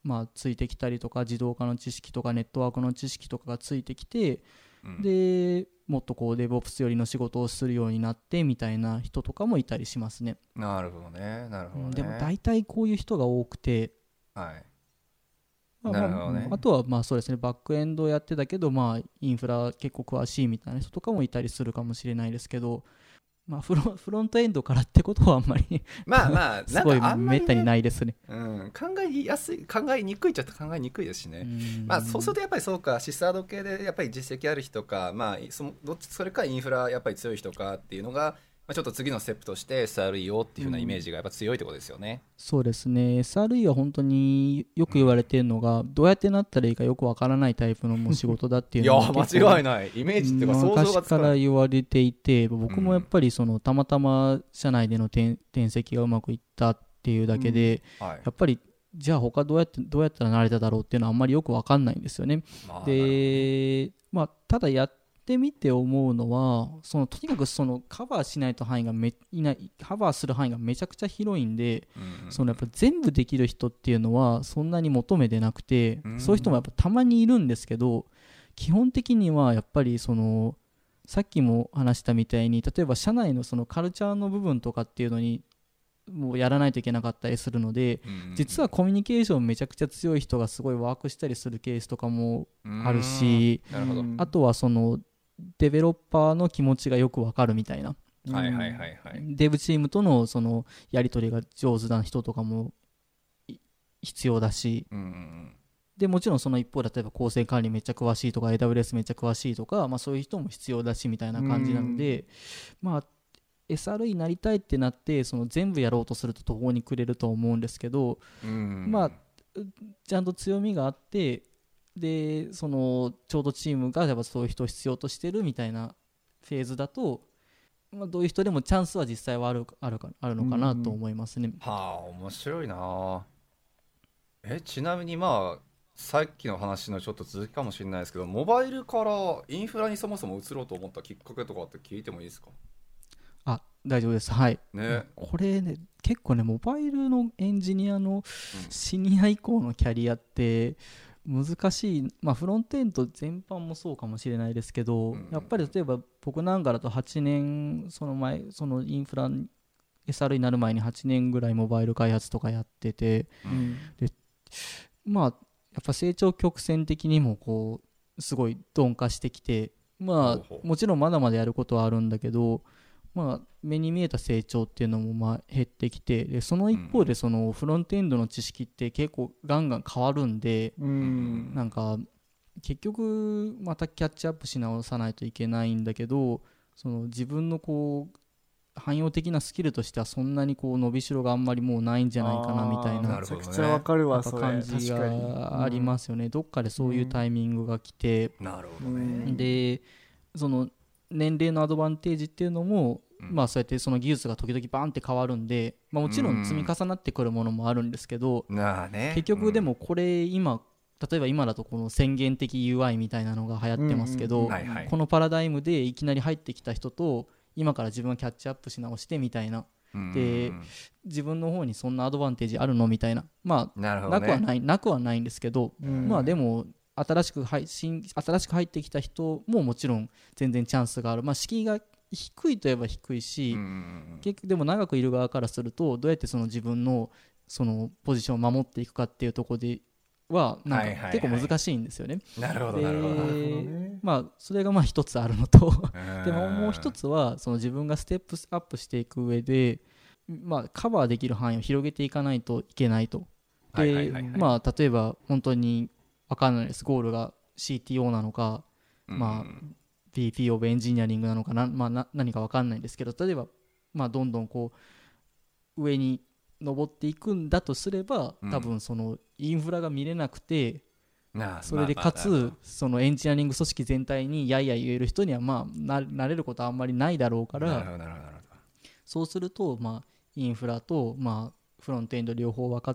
ついてきたりとか、自動化の知識とかネットワークの知識とかがついてきて、でもっとこう DevOps 寄りの仕事をするようになってみたいな人とかもいたりしますね。 なるほどね、なるほどね。 でも大体こういう人が多くて、 はい、 なるほどね。あとはそうですね、バックエンドやってたけど、インフラ結構詳しいみたいな人とかもいたりするかもしれないですけど、フロントエンドからってことはあんまりすごいめったにないですね。 考えにくいっちゃ考えにくいですしね。そうするとやっぱりそうか、シスアード系でやっぱり実績ある人か、それかインフラやっぱり強い人かっていうのが、ちょっと次のステップとして SRE をっていう風なイメージがやっぱ強いってことですよね。 そうですね。SRE は本当によく言われているのが、どうやってなったらいいかよくわからないタイプのもう仕事だっていうのが間違いないイメージっていうか想像がつかない。 昔から言われていて、僕もやっぱりたまたま社内での転籍がうまくいったっていうだけで、やっぱりじゃあ他どうやったらなれただろうっていうのはあんまりよくわかんないんですよね。で、ただやってみて思うのは、とにかくカバーしないとカバーする範囲がめちゃくちゃ広いんで、やっぱ全部できる人っていうのはそんなに求めてなくて、そういう人もやっぱたまにいるんですけど、基本的にはやっぱりさっきも話したみたいに、例えば社内のカルチャーの部分とかっていうのにもうやらないといけなかったりするので、実はコミュニケーションめちゃくちゃ強い人がすごいワークしたりするケースとかもあるし、あとはデベロッパーの気持ちがよくわかるみたいな、デブチームとのやり取りが上手な人とかも必要だし、でもちろんその一方、例えば構成管理めっちゃ詳しいとか AWS めっちゃ詳しいとか、そういう人も必要だしみたいな感じなので、SRE になりたいってなって全部やろうとすると途方に暮れると思うんですけど、ちゃんと強みがあって、でちょうどチームがやっぱそういう人を必要としてるみたいなフェーズだと、どういう人でもチャンスは実際はあるのかなと思いますね。 面白いな。ちなみにさっきの話のちょっと続きかもしれないですけど、モバイルからインフラにそもそも移ろうと思ったきっかけとかって聞いてもいいですか？ 大丈夫です。はい、 ね、 これね、結構ね、モバイルのエンジニアのシニア以降のキャリアって難しい、フロントエンド全般もそうかもしれないですけど、やっぱり例えば僕なんかだと8年そのインフラ SR になる前に8年ぐらいモバイル開発とかやってて、でやっぱ成長曲線的にもすごい鈍化してきて、もちろんまだまだやることはあるんだけど、目に見えた成長っていうのも減ってきて、でその一方でフロントエンドの知識って結構ガンガン変わるんで、なんか結局またキャッチアップし直さないといけないんだけど、自分の汎用的なスキルとしてはそんなに伸びしろがあんまりもうないんじゃないかなみたいなめちゃくちゃわかるわ、 感じがありますよね。どっかでそういうタイミングが来て、 なるほどね。 で年齢のアドバンテージっていうのも、そうやってその技術が時々バンって変わるんで、もちろん積み重なってくるものもあるんですけど、結局でもこれ例えば今だとこの宣言的 UI みたいなのが流行ってますけど、このパラダイムでいきなり入ってきた人と今から自分はキャッチアップし直してみたいな、で自分の方にそんなアドバンテージあるのみたいな、なくはないんですけど、でも新しく入ってきた人ももちろん全然チャンスがある。敷居が低いといえば低いし、結局でも長くいる側からするとどうやって自分のポジションを守っていくかっていうところではなんか結構難しいんですよね。 なるほどなるほど。それが一つあるのとでももう一つは自分がステップアップしていく上で、カバーできる範囲を広げていかないといけないと。で、例えば本当に分かんないです。ゴールが CTO なのか、VP of エンジニアリングなのか何か分かんないんですけど、例えば、どんどん上に上っていくんだとすれば、多分インフラが見れなくて、それでかつエンジニアリング組織全体にやいや言える人にはなれることはあんまりないだろうから、そうするとインフラとフロントエンド両方分かって、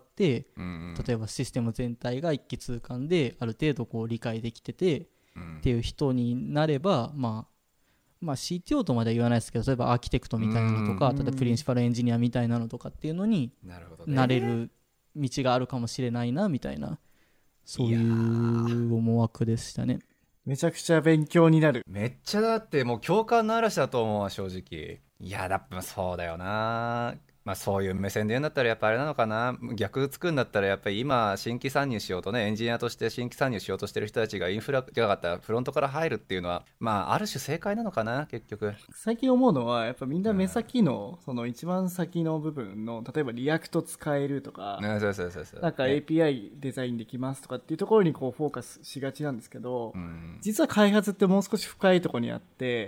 例えばシステム全体が一気通貫である程度理解できてて、っていう人になれば、CTO とまでは言わないですけど、例えばアーキテクトみたいなのとか、例えばプリンシパルエンジニアみたいなのとかっていうのになれる道があるかもしれないなみたいな、そういう思惑でしたね。 めちゃくちゃ勉強になる。 めっちゃだってもう共感の嵐だと思うわ正直。いやだっぱそうだよな。まあそういう目線で言うんだったらやっぱあれなのかな、逆つくんだったらやっぱり今新規参入しようとね、エンジニアとして新規参入しようとしてる人たちがインフラじゃなかったらフロントから入るっていうのはまあある種正解なのかな結局。 最近思うのはやっぱみんな目先のその一番先の部分の、例えばリアクト使えるとか、 そうそうそうそう、 なんか API デザインできますとかっていうところにこうフォーカスしがちなんですけど、実は開発ってもう少し深いところにあって、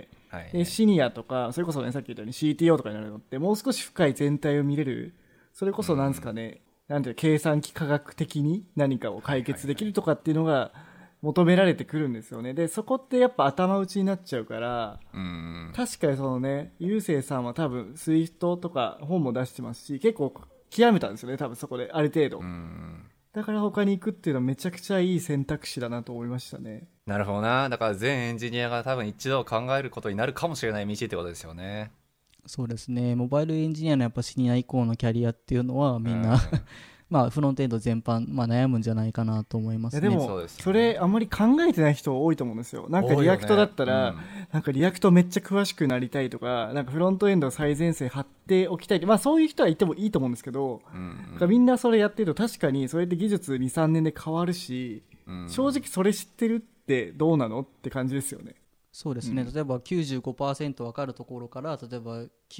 でシニアとかそれこそねさっき言ったように CTO とかになるのってもう少し深い全体を見れる、それこそなんですかね、なんていう計算機科学的に何かを解決できるとかっていうのが求められてくるんですよね。でそこってやっぱ頭打ちになっちゃうから、確かにそのね、ゆうせいさんは多分 SWIFT とか本も出してますし、結構極めたんですよね多分そこである程度。だから他に行くっていうのはめちゃくちゃいい選択肢だなと思いましたね。 なるほどな。だから全エンジニアが多分一度考えることになるかもしれない道ってことですよね。 そうですね。モバイルエンジニアのやっぱシニア以降のキャリアっていうのはみんな、まあフロントエンド全般、まあ、悩むんじゃないかなと思いますね。 でもそれあんまり考えてない人多いと思うんですよ。なんかリアクトだったら、なんかリアクトめっちゃ詳しくなりたいとか、なんかフロントエンド最前線張っておきたいって、まあそういう人はいてもいいと思うんですけど、みんなそれやってると確かにそれで技術 2,3 年で変わるし、正直それ知ってるってどうなのって感じですよね。 そうですね、例えば 95% 分かるところから例えば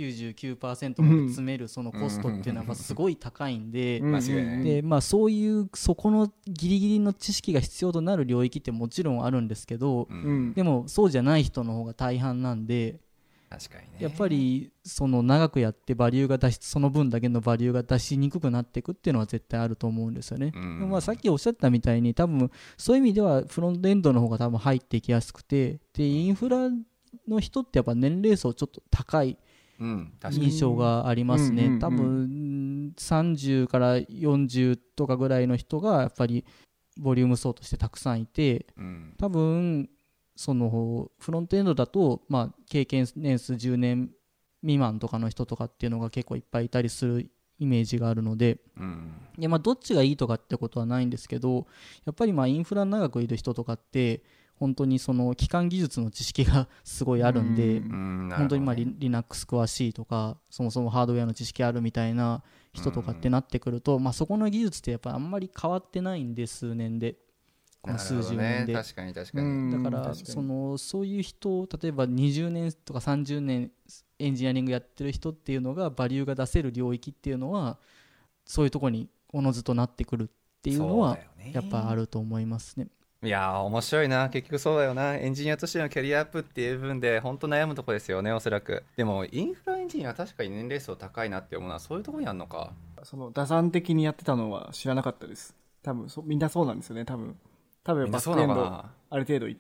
99% まで詰めるそのコストっていうのはすごい高いんで、で、まあ、そういうそこのギリギリの知識が必要となる領域ってもちろんあるんですけど、でもそうじゃない人の方が大半なんで、 確かにね、 やっぱりその長くやってバリューがその分だけのバリューが出しにくくなっていくっていうのは絶対あると思うんですよね。でもまあさっきおっしゃったみたいに多分そういう意味ではフロントエンドの方が多分入っていきやすくて、でインフラの人ってやっぱ年齢層ちょっと高い印象がありますね。多分30から40とかぐらいの人がやっぱりボリューム層としてたくさんいて、多分そのフロントエンドだと、まあ、経験年数10年未満とかの人とかっていうのが結構いっぱいいたりするイメージがあるので、でまあ、どっちがいいとかってことはないんですけど、やっぱりまあインフラ長くいる人とかって本当にその基幹技術の知識がすごいあるんで、本当にまあ Linux 詳しいとかそもそもハードウェアの知識あるみたいな人とかってなってくると、まあ、そこの技術ってやっぱあんまり変わってないんで、数年で。数十年で、 確かに確かに。 だからそういう人、例えば20年とか30年エンジニアリングやってる人っていうのがバリューが出せる領域っていうのはそういうところにおのずとなってくるっていうのはやっぱあると思いますね。 いやー面白いな。結局そうだよな。エンジニアとしてのキャリアアップっていう部分で本当悩むとこですよね、おそらく。でもインフラエンジニアは確かに年齢層高いなって思うのはそういうところにあるのか。 その打算的にやってたのは知らなかったです。多分みんなそうなんですよね。多分バックエンドある程度行って、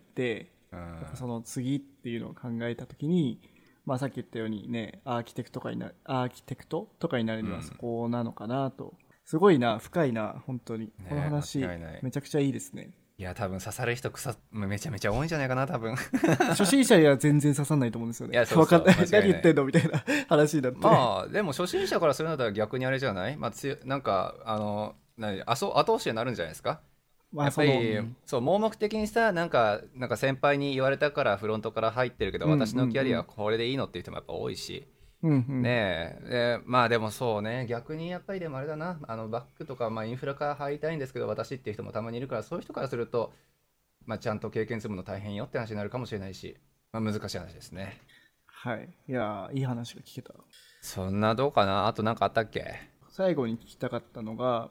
その次っていうのを考えたときに、まあさっき言ったようにね、アーキテクトとかになるにはそこなのかなと。すごいな、深いな、本当に。この話めちゃくちゃいいですね。 いや多分刺さる人めちゃめちゃ多いんじゃないかな多分。 初心者には全然刺さんないと思うんですよね。いやそうそう、何言ってんのみたいな話になって。 まあでも初心者からするんだったら逆にあれじゃない？まあなんか後押しになるんじゃないですか。やっぱりそう盲目的にさ、なんか先輩に言われたからフロントから入ってるけど、私のキャリアはこれでいいのっていう人もやっぱ多いし、ねえ、まあでもそうね、逆にやっぱりでもあれだな、バックとか、まあ、インフラから入りたいんですけど私っていう人もたまにいるから、そういう人からすると、まあ、ちゃんと経験積むの大変よって話になるかもしれないし、まあ、難しい話ですね。 はい、いやいい話が聞けた。 そんなどうかな。あと何かあったっけ？ 最後に聞きたかったのが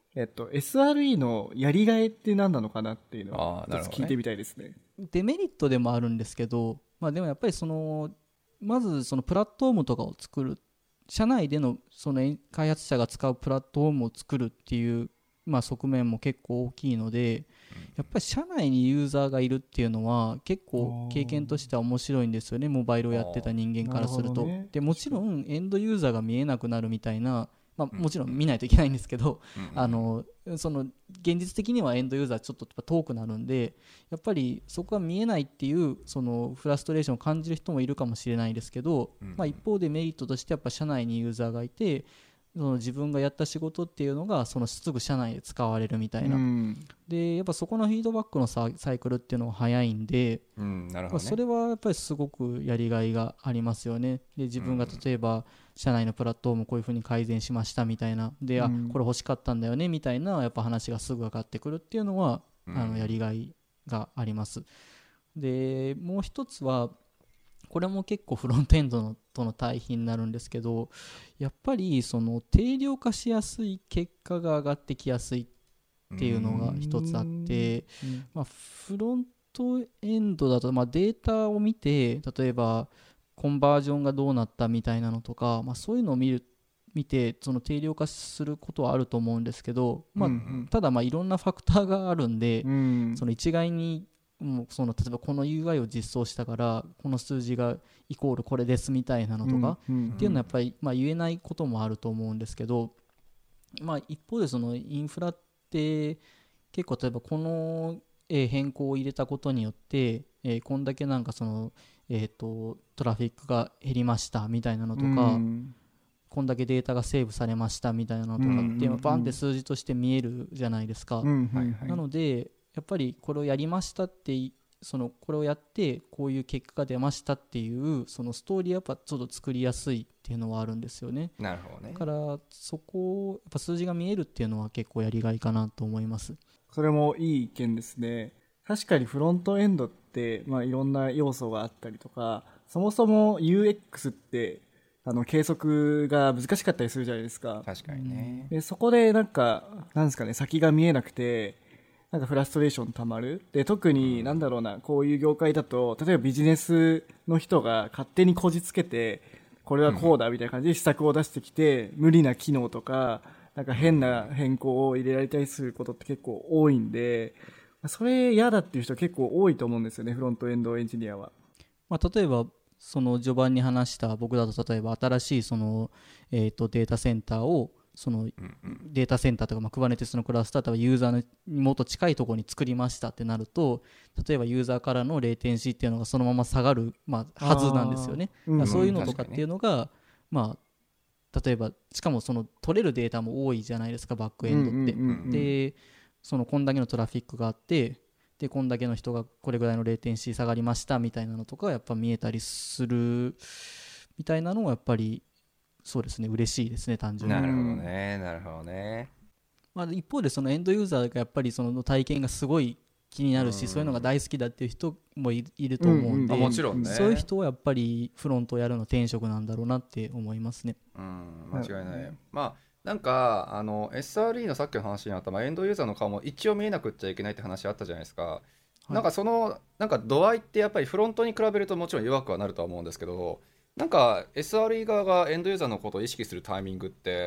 SRE のやりがいって何なのかなっていうのを聞いてみたいですね。 デメリットでもあるんですけど、まあ、でもやっぱりまずそのプラットフォームとかを作る、社内でのその開発者が使うプラットフォームを作るっていう、まあ、側面も結構大きいので、やっぱり社内にユーザーがいるっていうのは結構経験としては面白いんですよね、モバイルをやってた人間からすると。でもちろんエンドユーザーが見えなくなるみたいな、まあ、もちろん見ないといけないんですけど、その現実的にはエンドユーザーちょっと遠くなるんで、やっぱりそこが見えないっていうそのフラストレーションを感じる人もいるかもしれないですけど、まあ、一方でメリットとしてやっぱ社内にユーザーがいて、 その自分がやった仕事っていうのがそのすぐ社内で使われるみたいな、でやっぱそこのフィードバックのサイクルっていうのが早いんで、 なるほどね、 それはやっぱりすごくやりがいがありますよね。で自分が例えば社内のプラットフォームこういう風に改善しましたみたいなで、これ欲しかったんだよねみたいなやっぱ話がすぐ上がってくるっていうのは、やりがいがあります。でもう一つはこれも結構フロントエンドとの対比になるんですけど、やっぱりその定量化しやすい結果が上がってきやすいっていうのが一つあって、フロントエンドだとデータを見て例えばコンバージョンがどうなったみたいなのとか、そういうのを見てその定量化することはあると思うんですけど、ただいろんなファクターがあるんで、その一概にもうその例えばこの UI を実装したからこの数字がイコールこれですみたいなのとかっていうのはやっぱり言えないこともあると思うんですけど、一方でそのインフラって結構例えばこの変更を入れたことによってこんだけなんかそのトラフィックが減りましたみたいなのとか、こんだけデータがセーブされましたみたいなのとかってバンって数字として見えるじゃないですか。なのでやっぱりこれをやりましたってこれをやってこういう結果が出ましたっていうそのストーリーはやっぱちょっと作りやすいっていうのはあるんですよね。 なるほどね。 だからそこやっぱ数字が見えるっていうのは結構やりがいかなと思います。 それもいい意見ですね。確かにフロントエンドって、いろんな要素があったりとか、そもそも UX って計測が難しかったりするじゃないですか。 確かにね。 でそこでなんですかね、先が見えなくてなんかフラストレーションたまる。で特にこういう業界だと例えばビジネスの人が勝手にこじつけてこれはこうだみたいな感じで施策を出してきて、無理な機能とかなんか変な変更を入れられたりすることって結構多いんで、それ嫌だっていう人結構多いと思うんですよね、フロントエンドエンジニアは。 例えばその序盤に話した僕だと例えば新しいその、データセンターをそのデータセンターとかKubernetesのクラスターとかユーザーにもっと近いところに作りましたってなると、例えばユーザーからのレイテンシーっていうのがそのまま下がる、はずなんですよね。そういうのとかっていうのが、例えばしかもその取れるデータも多いじゃないですか、バックエンドって。でそのこんだけのトラフィックがあってでこんだけの人がこれぐらいのレイテンシー下がりましたみたいなのとかやっぱ見えたりするみたいなのはやっぱりそうですね、嬉しいですね、単純に。 なるほどね、なるほどね。 一方でそのエンドユーザーがやっぱりその体験がすごい気になるし、そういうのが大好きだっていう人もいると思うんで、 もちろんね、 そういう人はやっぱりフロントをやるの転職なんだろうなって思いますね。 間違いない。なんかSRE のさっきの話にあった、エンドユーザーの顔も一応見えなくっちゃいけないって話あったじゃないですか。なんかそのなんか度合いってやっぱりフロントに比べるともちろん弱くはなるとは思うんですけど、なんか SRE 側がエンドユーザーのことを意識するタイミングって、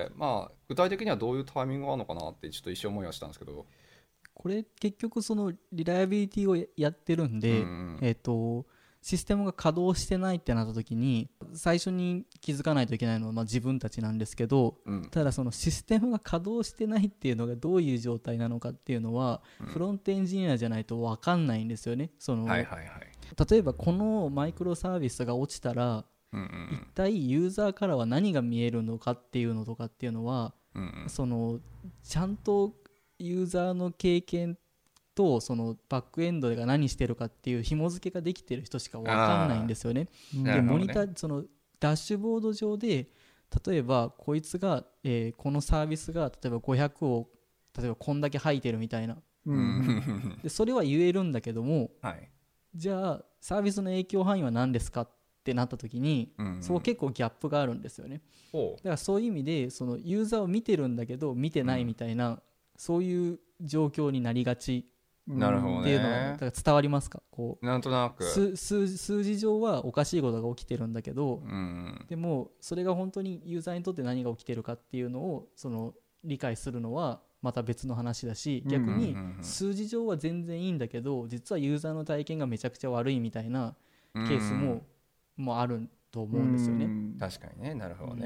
具体的にはどういうタイミングがあるのかなってちょっと一瞬思いはしたんですけど。 これ結局そのリライアビリティをやってるんで、システムが稼働してないってなった時に最初に気づかないといけないのは自分たちなんですけど、ただそのシステムが稼働してないっていうのがどういう状態なのかっていうのは、フロントエンジニアじゃないと分かんないんですよね。例えばこのマイクロサービスが落ちたら、一体ユーザーからは何が見えるのかっていうのとかっていうのは、そのちゃんとユーザーの経験とそのバックエンドが何してるかっていう紐付けができてる人しか分かんないんですよね。でモニターそのダッシュボード上で例えばこいつが、このサービスが例えば500を例えばこんだけ吐いてるみたいな、でそれは言えるんだけども、じゃあサービスの影響範囲は何ですかってなった時に、そこ結構ギャップがあるんですよね。だからそういう意味でそのユーザーを見てるんだけど見てないみたいな、そういう状況になりがちっていうのはだから伝わりますか？こうなんとなく数字上はおかしいことが起きてるんだけど、でもそれが本当にユーザーにとって何が起きてるかっていうのをその理解するのはまた別の話だし、逆に数字上は全然いいんだけど実はユーザーの体験がめちゃくちゃ悪いみたいなケースもあると思うんですよね。 確かにね、なるほどね。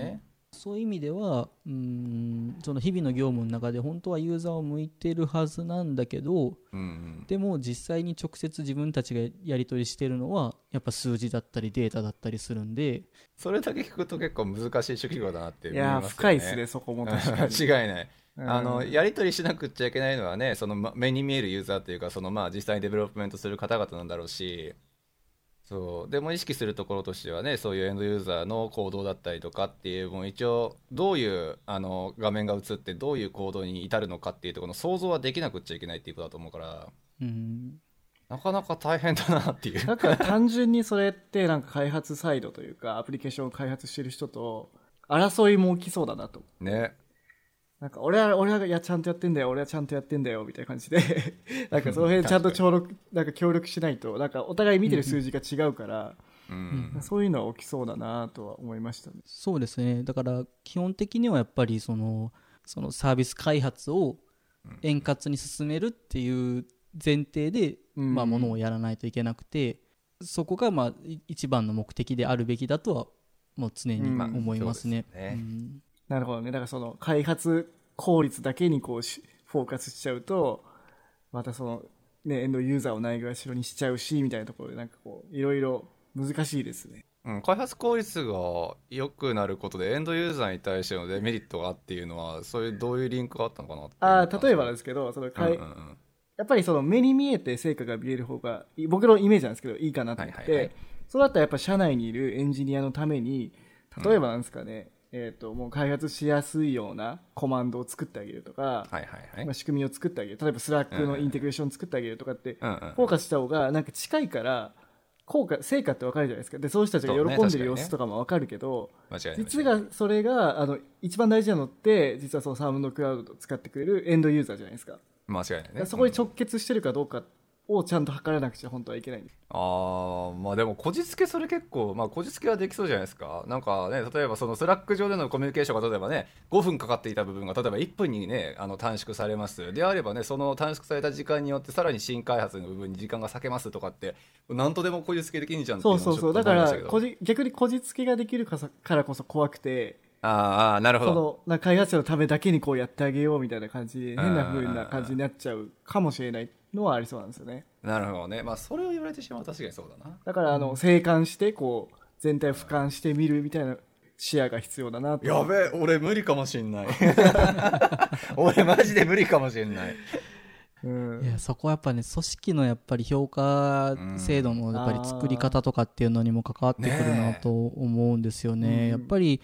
そういう意味ではその日々の業務の中で本当はユーザーを向いてるはずなんだけど、でも実際に直接自分たちがやり取りしてるのはやっぱ数字だったりデータだったりするんで、 それだけ聞くと結構難しい職業だなって思いますよね。 いや深いですね、そこも確かに違いない。やり取りしなくちゃいけないのはね、その目に見えるユーザーというか、その実際にデベロップメントする方々なんだろうし、そうでも意識するところとしてはね、そういうエンドユーザーの行動だったりとかっていう、もう一応どういう画面が映ってどういう行動に至るのかっていうところの想像はできなくっちゃいけないっていうことだと思うから、なかなか大変だなっていう。 だから単純にそれってなんか開発サイドというかアプリケーションを開発してる人と争いも起きそうだなとね。 なんか俺はちゃんとやってんだよ、俺はちゃんとやってんだよみたいな感じでなんかその辺ちゃんとなんか協力しないと、なんかお互い見てる数字が違うから、そういうのは起きそうだなとは思いましたね。 そうですね。だから基本的にはやっぱりそのサービス開発を円滑に進めるっていう前提で、ものをやらないといけなくて、そこが一番の目的であるべきだとはもう常に思いますね。 なるほどね。だからその開発効率だけにこうフォーカスしちゃうと、またそのねエンドユーザーをないがしろにしちゃうしみたいなところで、なんかこういろいろ難しいですね。 開発効率が良くなることでエンドユーザーに対してのデメリットがっていうのは、そういうどういうリンクがあったのかなって。 例えばですけど、やっぱりその目に見えて成果が見える方が僕のイメージなんですけどいいかなと思って、そうだったらやっぱ社内にいるエンジニアのために、例えばなんですかね、もう開発しやすいようなコマンドを作ってあげるとか、仕組みを作ってあげる、例えばスラックのインテグレーションを作ってあげるとかってフォーカスした方がなんか近いから成果って分かるじゃないですか。でそういう人たちが喜んでる様子とかも分かるけど、実はそれが一番大事なのって実はそのサウンドクラウドを使ってくれるエンドユーザーじゃないですか。 間違いないね。 そこに直結してるかどうかをちゃんと測らなくちゃ本当はいけない。 でもこじつけ、それ結構こじつけはできそうじゃないですか。なんかね、例えばそのスラック上でのコミュニケーションが例えばね5分かかっていた部分が例えば1分にね短縮されますであればね、その短縮された時間によってさらに新開発の部分に時間が割けますとかって何とでもこじつけできんじゃんっていうのをちょっと思いましたけど、 だから逆にこじつけができるからこそ怖くて、 なるほど、 その開発者のためだけにこうやってあげようみたいな感じで変な風な感じになっちゃうかもしれないのはありそうなんですよね。 なるほどね。それを言われてしまうと確かにそうだな。 だから静観してこう全体を俯瞰してみるみたいな視野が必要だなと。 やべえ、俺無理かもしんない俺マジで無理かもしんない。 いやそこはやっぱね、組織のやっぱり評価制度のやっぱり作り方とかっていうのにも関わってくるなと思うんですよね。やっぱり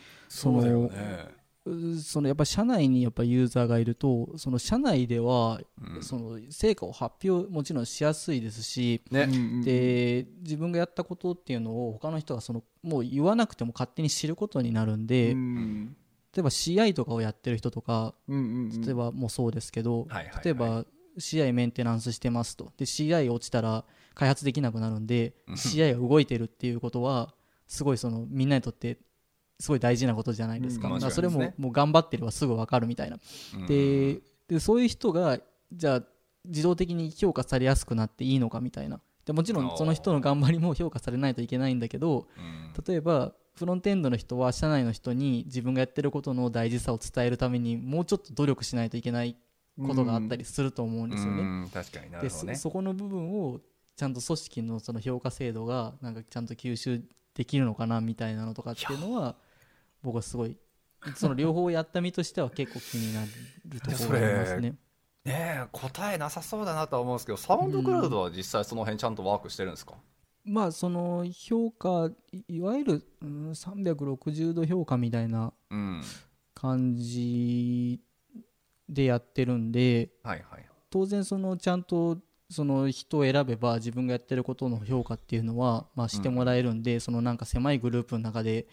やっぱ社内にやっぱユーザーがいると、その社内ではその成果を発表もちろんしやすいですし、で自分がやったことっていうのを他の人がもう言わなくても勝手に知ることになるんで、例えば CI とかをやってる人とか、例えばもうそうですけど、例えばCI メンテナンスしてますと、で CI 落ちたら開発できなくなるんで、CI が動いてるっていうことはすごいみんなにとってすごい大事なことじゃないですか。だからそれももう頑張ってればすぐ分かるみたいな。でそういう人がじゃあ自動的に評価されやすくなっていいのかみたいな。でもちろんその人の頑張りも評価されないといけないんだけど、例えばフロントエンドの人は社内の人に自分がやってることの大事さを伝えるためにもうちょっと努力しないといけないことがあったりすると思うんですよね。 確かになるほどね。 でそこの部分をちゃんと組織のその評価制度がなんかちゃんと吸収できるのかなみたいなのとかっていうのは僕はすごいその両方やった身としては結構気になるところがありますね。 答えなさそうだなとは思うんですけど、サウンドクラウドは実際その辺ちゃんとワークしてるんですか？ その評価いわゆる360度評価みたいな感じでやってるんで、当然ちゃんとその人を選べば自分がやってることの評価っていうのはしてもらえるんで、なんか狭いグループの中で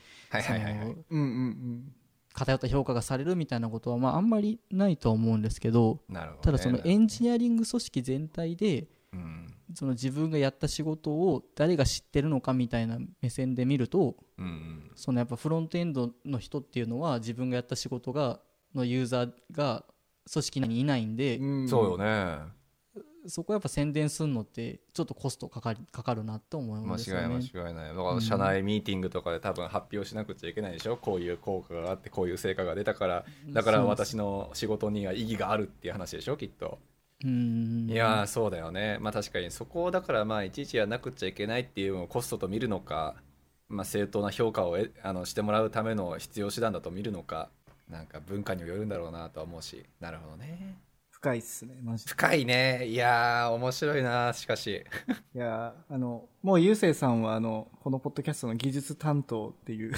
偏った評価がされるみたいなことはあんまりないとは思うんですけど、ただエンジニアリング組織全体で自分がやった仕事を誰が知ってるのかみたいな目線で見ると、やっぱフロントエンドの人っていうのは自分がやった仕事のユーザーが組織内にいないんで、 そうよね。 そこやっぱ宣伝するのってちょっとコストかかるなと思うんですよね。 間違いないだから社内ミーティングとかで多分発表しなくちゃいけないでしょ、こういう効果があってこういう成果が出たからだから私の仕事には意義があるっていう話でしょきっと。いやそうだよね。まあ確かにそこをだからまあいちいちやらなくちゃいけないっていうのをコストと見るのか、まあ、正当な評価をしてもらうための必要手段だと見るのか、なんか文化にもよるんだろうなとは思うし。なるほどね。 深いっすねマジで。 深いね。いやー面白いな。しかしいやもうゆうせいさんはこのポッドキャストの技術担当っていう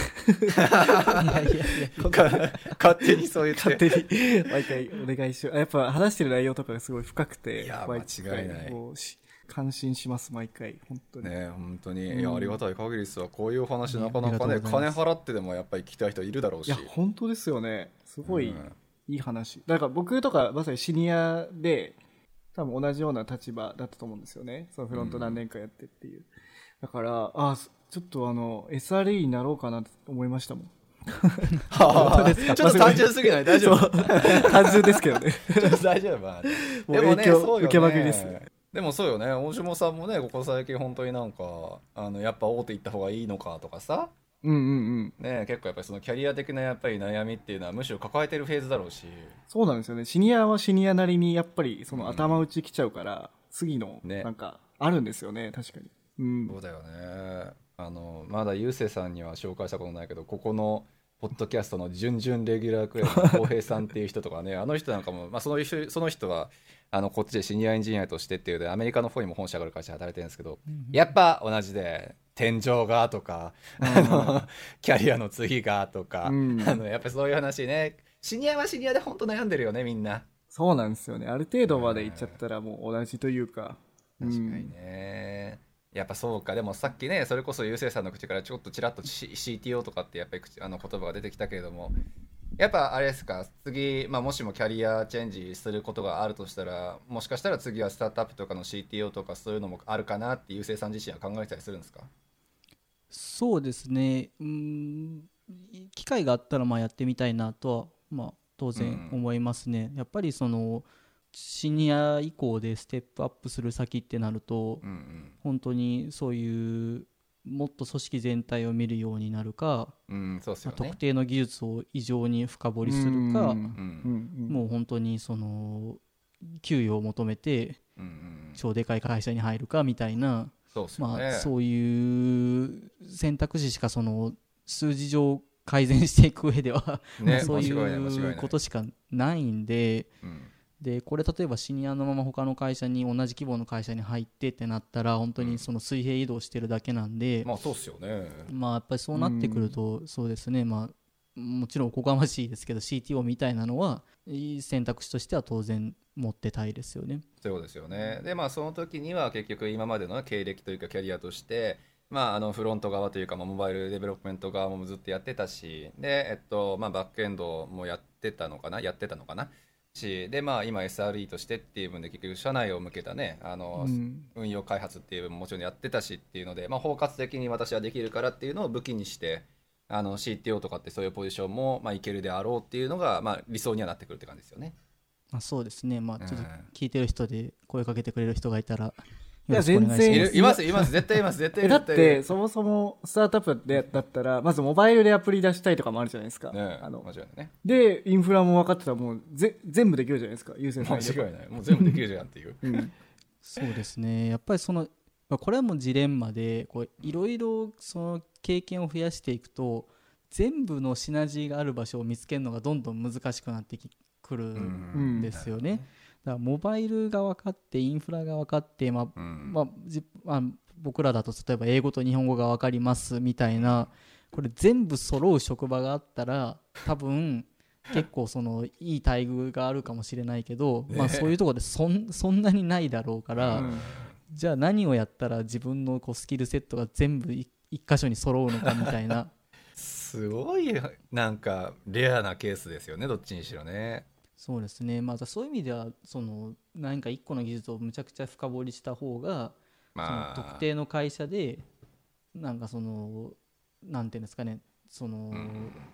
勝手にそう言って勝手に毎回お願いしよう。やっぱ話してる内容とかがすごい深くて、 いや間違いない。 もう感心します毎回本当にね。本当に、いやありがたい限りですわ。こういうお話なかなかね、金払ってでもやっぱり聞きたい人いるだろうし。 いや本当ですよね。すごい、いい話。だから僕とかまさにシニアで多分同じような立場だったと思うんですよね。そのフロント何年かやってっていう。だからちょっとSRE になろうかなと思いましたもん。 ちょっと単純すぎない？大丈夫？ 単純ですけどね。 ちょっと大丈夫。 でもね、そうよね。受けまくりです。 でもそうよね。大下さんもね、ここ最近本当になんかやっぱ大手行った方がいいのかとかさ。ね、結構やっぱりそのキャリア的なやっぱり悩みっていうのはむしろ抱えてるフェーズだろうし。 そうなんですよね。シニアはシニアなりにやっぱりその頭打ちきちゃうから、次のなんかあるんですよね、確かに。 そうだよね。まだゆうせいさんには紹介したことないけど、ここのポッドキャストの準々レギュラーくらいの浩平さんっていう人とかね、あの人なんかも、まあ、その人はこっちでシニアエンジニアとしてっていうでアメリカの方にも本社がある会社で働いてるんですけど、やっぱ同じで天井がとか、キャリアの次がとか、やっぱそういう話ね。シニアはシニアで本当悩んでるよね、みんな。 そうなんですよね。ある程度まで行っちゃったらもう同じというか。 確かにね。やっぱそうか。でもさっきね、それこそゆうせいさんの口からちょっとちらっと、CTO とかってやっぱり言葉が出てきたけれども、やっぱあれですか、次、もしもキャリアチェンジすることがあるとしたら、もしかしたら次はスタートアップとかの CTO とかそういうのもあるかなってゆうせいさん自身は考えてたりするんですか？ そうですね。機会があったらやってみたいなとは、当然思いますね。やっぱりそのシニア以降でステップアップする先ってなると、本当にそういうもっと組織全体を見るようになるか、 そうですよね、 特定の技術を異常に深掘りするか、もう本当にその給与を求めて超でかい会社に入るかみたいな、そういう選択肢しかその数字上改善していく上では、そういうことしかないんで、でこれ例えばシニアのまま他の会社に同じ規模の会社に入ってってなったら本当にその水平移動してるだけなんで、 そうっすよね。 やっぱりそうなってくると、そうですね、もちろんおこがましいですけど CTO みたいなのはいい選択肢としては当然持ってたいですよね。 そうですよね。でその時には結局今までの経歴というかキャリアとしてフロント側というか、モバイルデベロップメント側もずっとやってたし、で、バックエンドもやってたのかなし、で今 SRE としてっていう分で結局社内を向けたね運用開発っていう分ももちろんやってたしっていうので、包括的に私はできるからっていうのを武器にしてCTO とかってそういうポジションもいけるであろうっていうのが理想にはなってくるって感じですよね。 そうですね。ちょっと聞いてる人で声かけてくれる人がいたらいや全然います絶対います絶対いる。 だってそもそもスタートアップだったらまずモバイルでアプリ出したいとかもあるじゃないですか、 間違いないね。 でインフラも分かってたらもう全部できるじゃないですか。優先間違いない、もう全部できるじゃんっていう、 そうですね。やっぱりそのこれはもうジレンマでいろいろその経験を増やしていくと全部のシナジーがある場所を見つけるのがどんどん難しくなってくるんですよね。だからモバイルが分かってインフラが分かって、僕らだと例えば英語と日本語が分かりますみたいな、これ全部揃う職場があったら多分結構そのいい待遇があるかもしれないけど、そういうところでそんなにないだろうから、じゃあ何をやったら自分のスキルセットが全部一箇所に揃うのかみたいなすごいなんかレアなケースですよね、どっちにしろね。 そうですね。そういう意味ではその何か一個の技術をむちゃくちゃ深掘りした方が、その特定の会社でなんかそのなんていうんですかね、その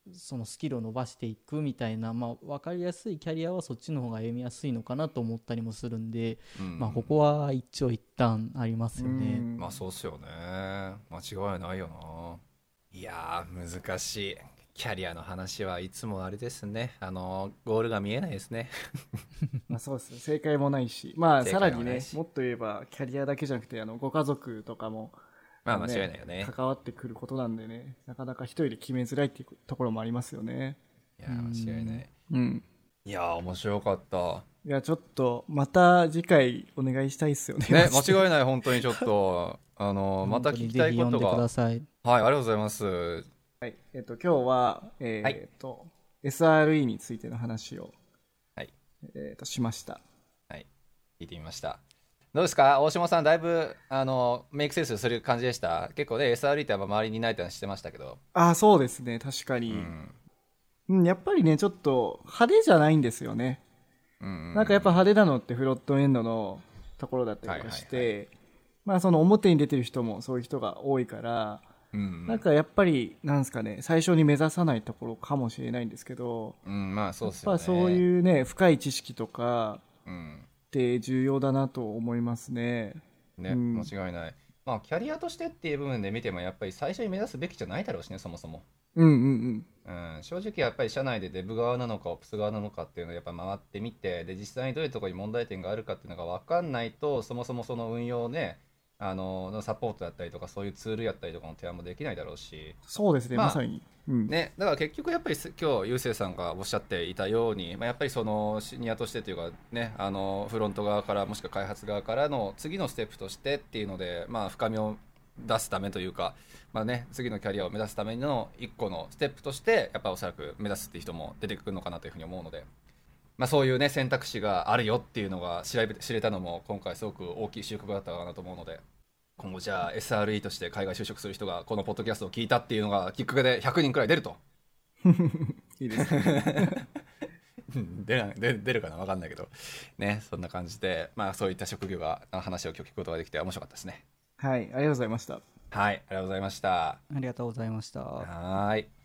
そのスキルを伸ばしていくみたいな、分かりやすいキャリアはそっちの方が歩みやすいのかなと思ったりもするんで、ここは一長一短ありますよね。 そうっすよね。間違いないよな。いやー難しい。キャリアの話はいつもあれですね、ゴールが見えないですね。 そうですね、正解もないし、さらにね、もっと言えばキャリアだけじゃなくてご家族とかも間違いないよね。 関わってくることなんでね、なかなか一人で決めづらいっていうところもありますよね。 いや間違いない。いや面白かった。 いやちょっとまた次回お願いしたいですよね。 間違いない。本当にちょっとまた聞きたいことが。はい、ありがとうございます。 はい、今日はSRE についての話をしました。 はい、聞いてみました。どうですか大下さん、だいぶメイクセンスする感じでした？結構ね SRE って周りにいないって話してましたけど。 そうですね、確かに、やっぱりねちょっと派手じゃないんですよね。なんかやっぱ派手なのってフロントエンドのところだったりとかして、その表に出てる人もそういう人が多いから、なんかやっぱりなんですかね、最初に目指さないところかもしれないんですけど、 そうですよね、 やっぱそういうね深い知識とかって重要だなと思いますね。 間違いない。キャリアとしてっていう部分で見てもやっぱり最初に目指すべきじゃないだろうしね、そもそも。正直やっぱり社内でデブ側なのかオプス側なのかっていうのをやっぱ回ってみて、で実際にどういうところに問題点があるかっていうのが分かんないと、そもそもその運用ねのサポートだったりとかそういうツールやったりとかの提案もできないだろうし。 そうですね、まさに、 ね、だから結局やっぱり今日ゆうせいさんがおっしゃっていたように、やっぱりそのシニアとしてというかね、フロント側からもしくは開発側からの次のステップとしてっていうので、深みを出すためというか、次のキャリアを目指すための一個のステップとしてやっぱおそらく目指すっていう人も出てくるのかなというふうに思うので、そういうね選択肢があるよっていうのが知れたのも今回すごく大きい収穫だったかなと思うので、今後じゃあ SRE として海外就職する人がこのポッドキャストを聞いたっていうのがきっかけで100人くらい出るといいですね出るかな分かんないけどね、そんな感じで、そういった職業が話を今日聞くことができて面白かったですね。 はい、ありがとうございました。 はい、ありがとうございました。 ありがとうございました。 はい。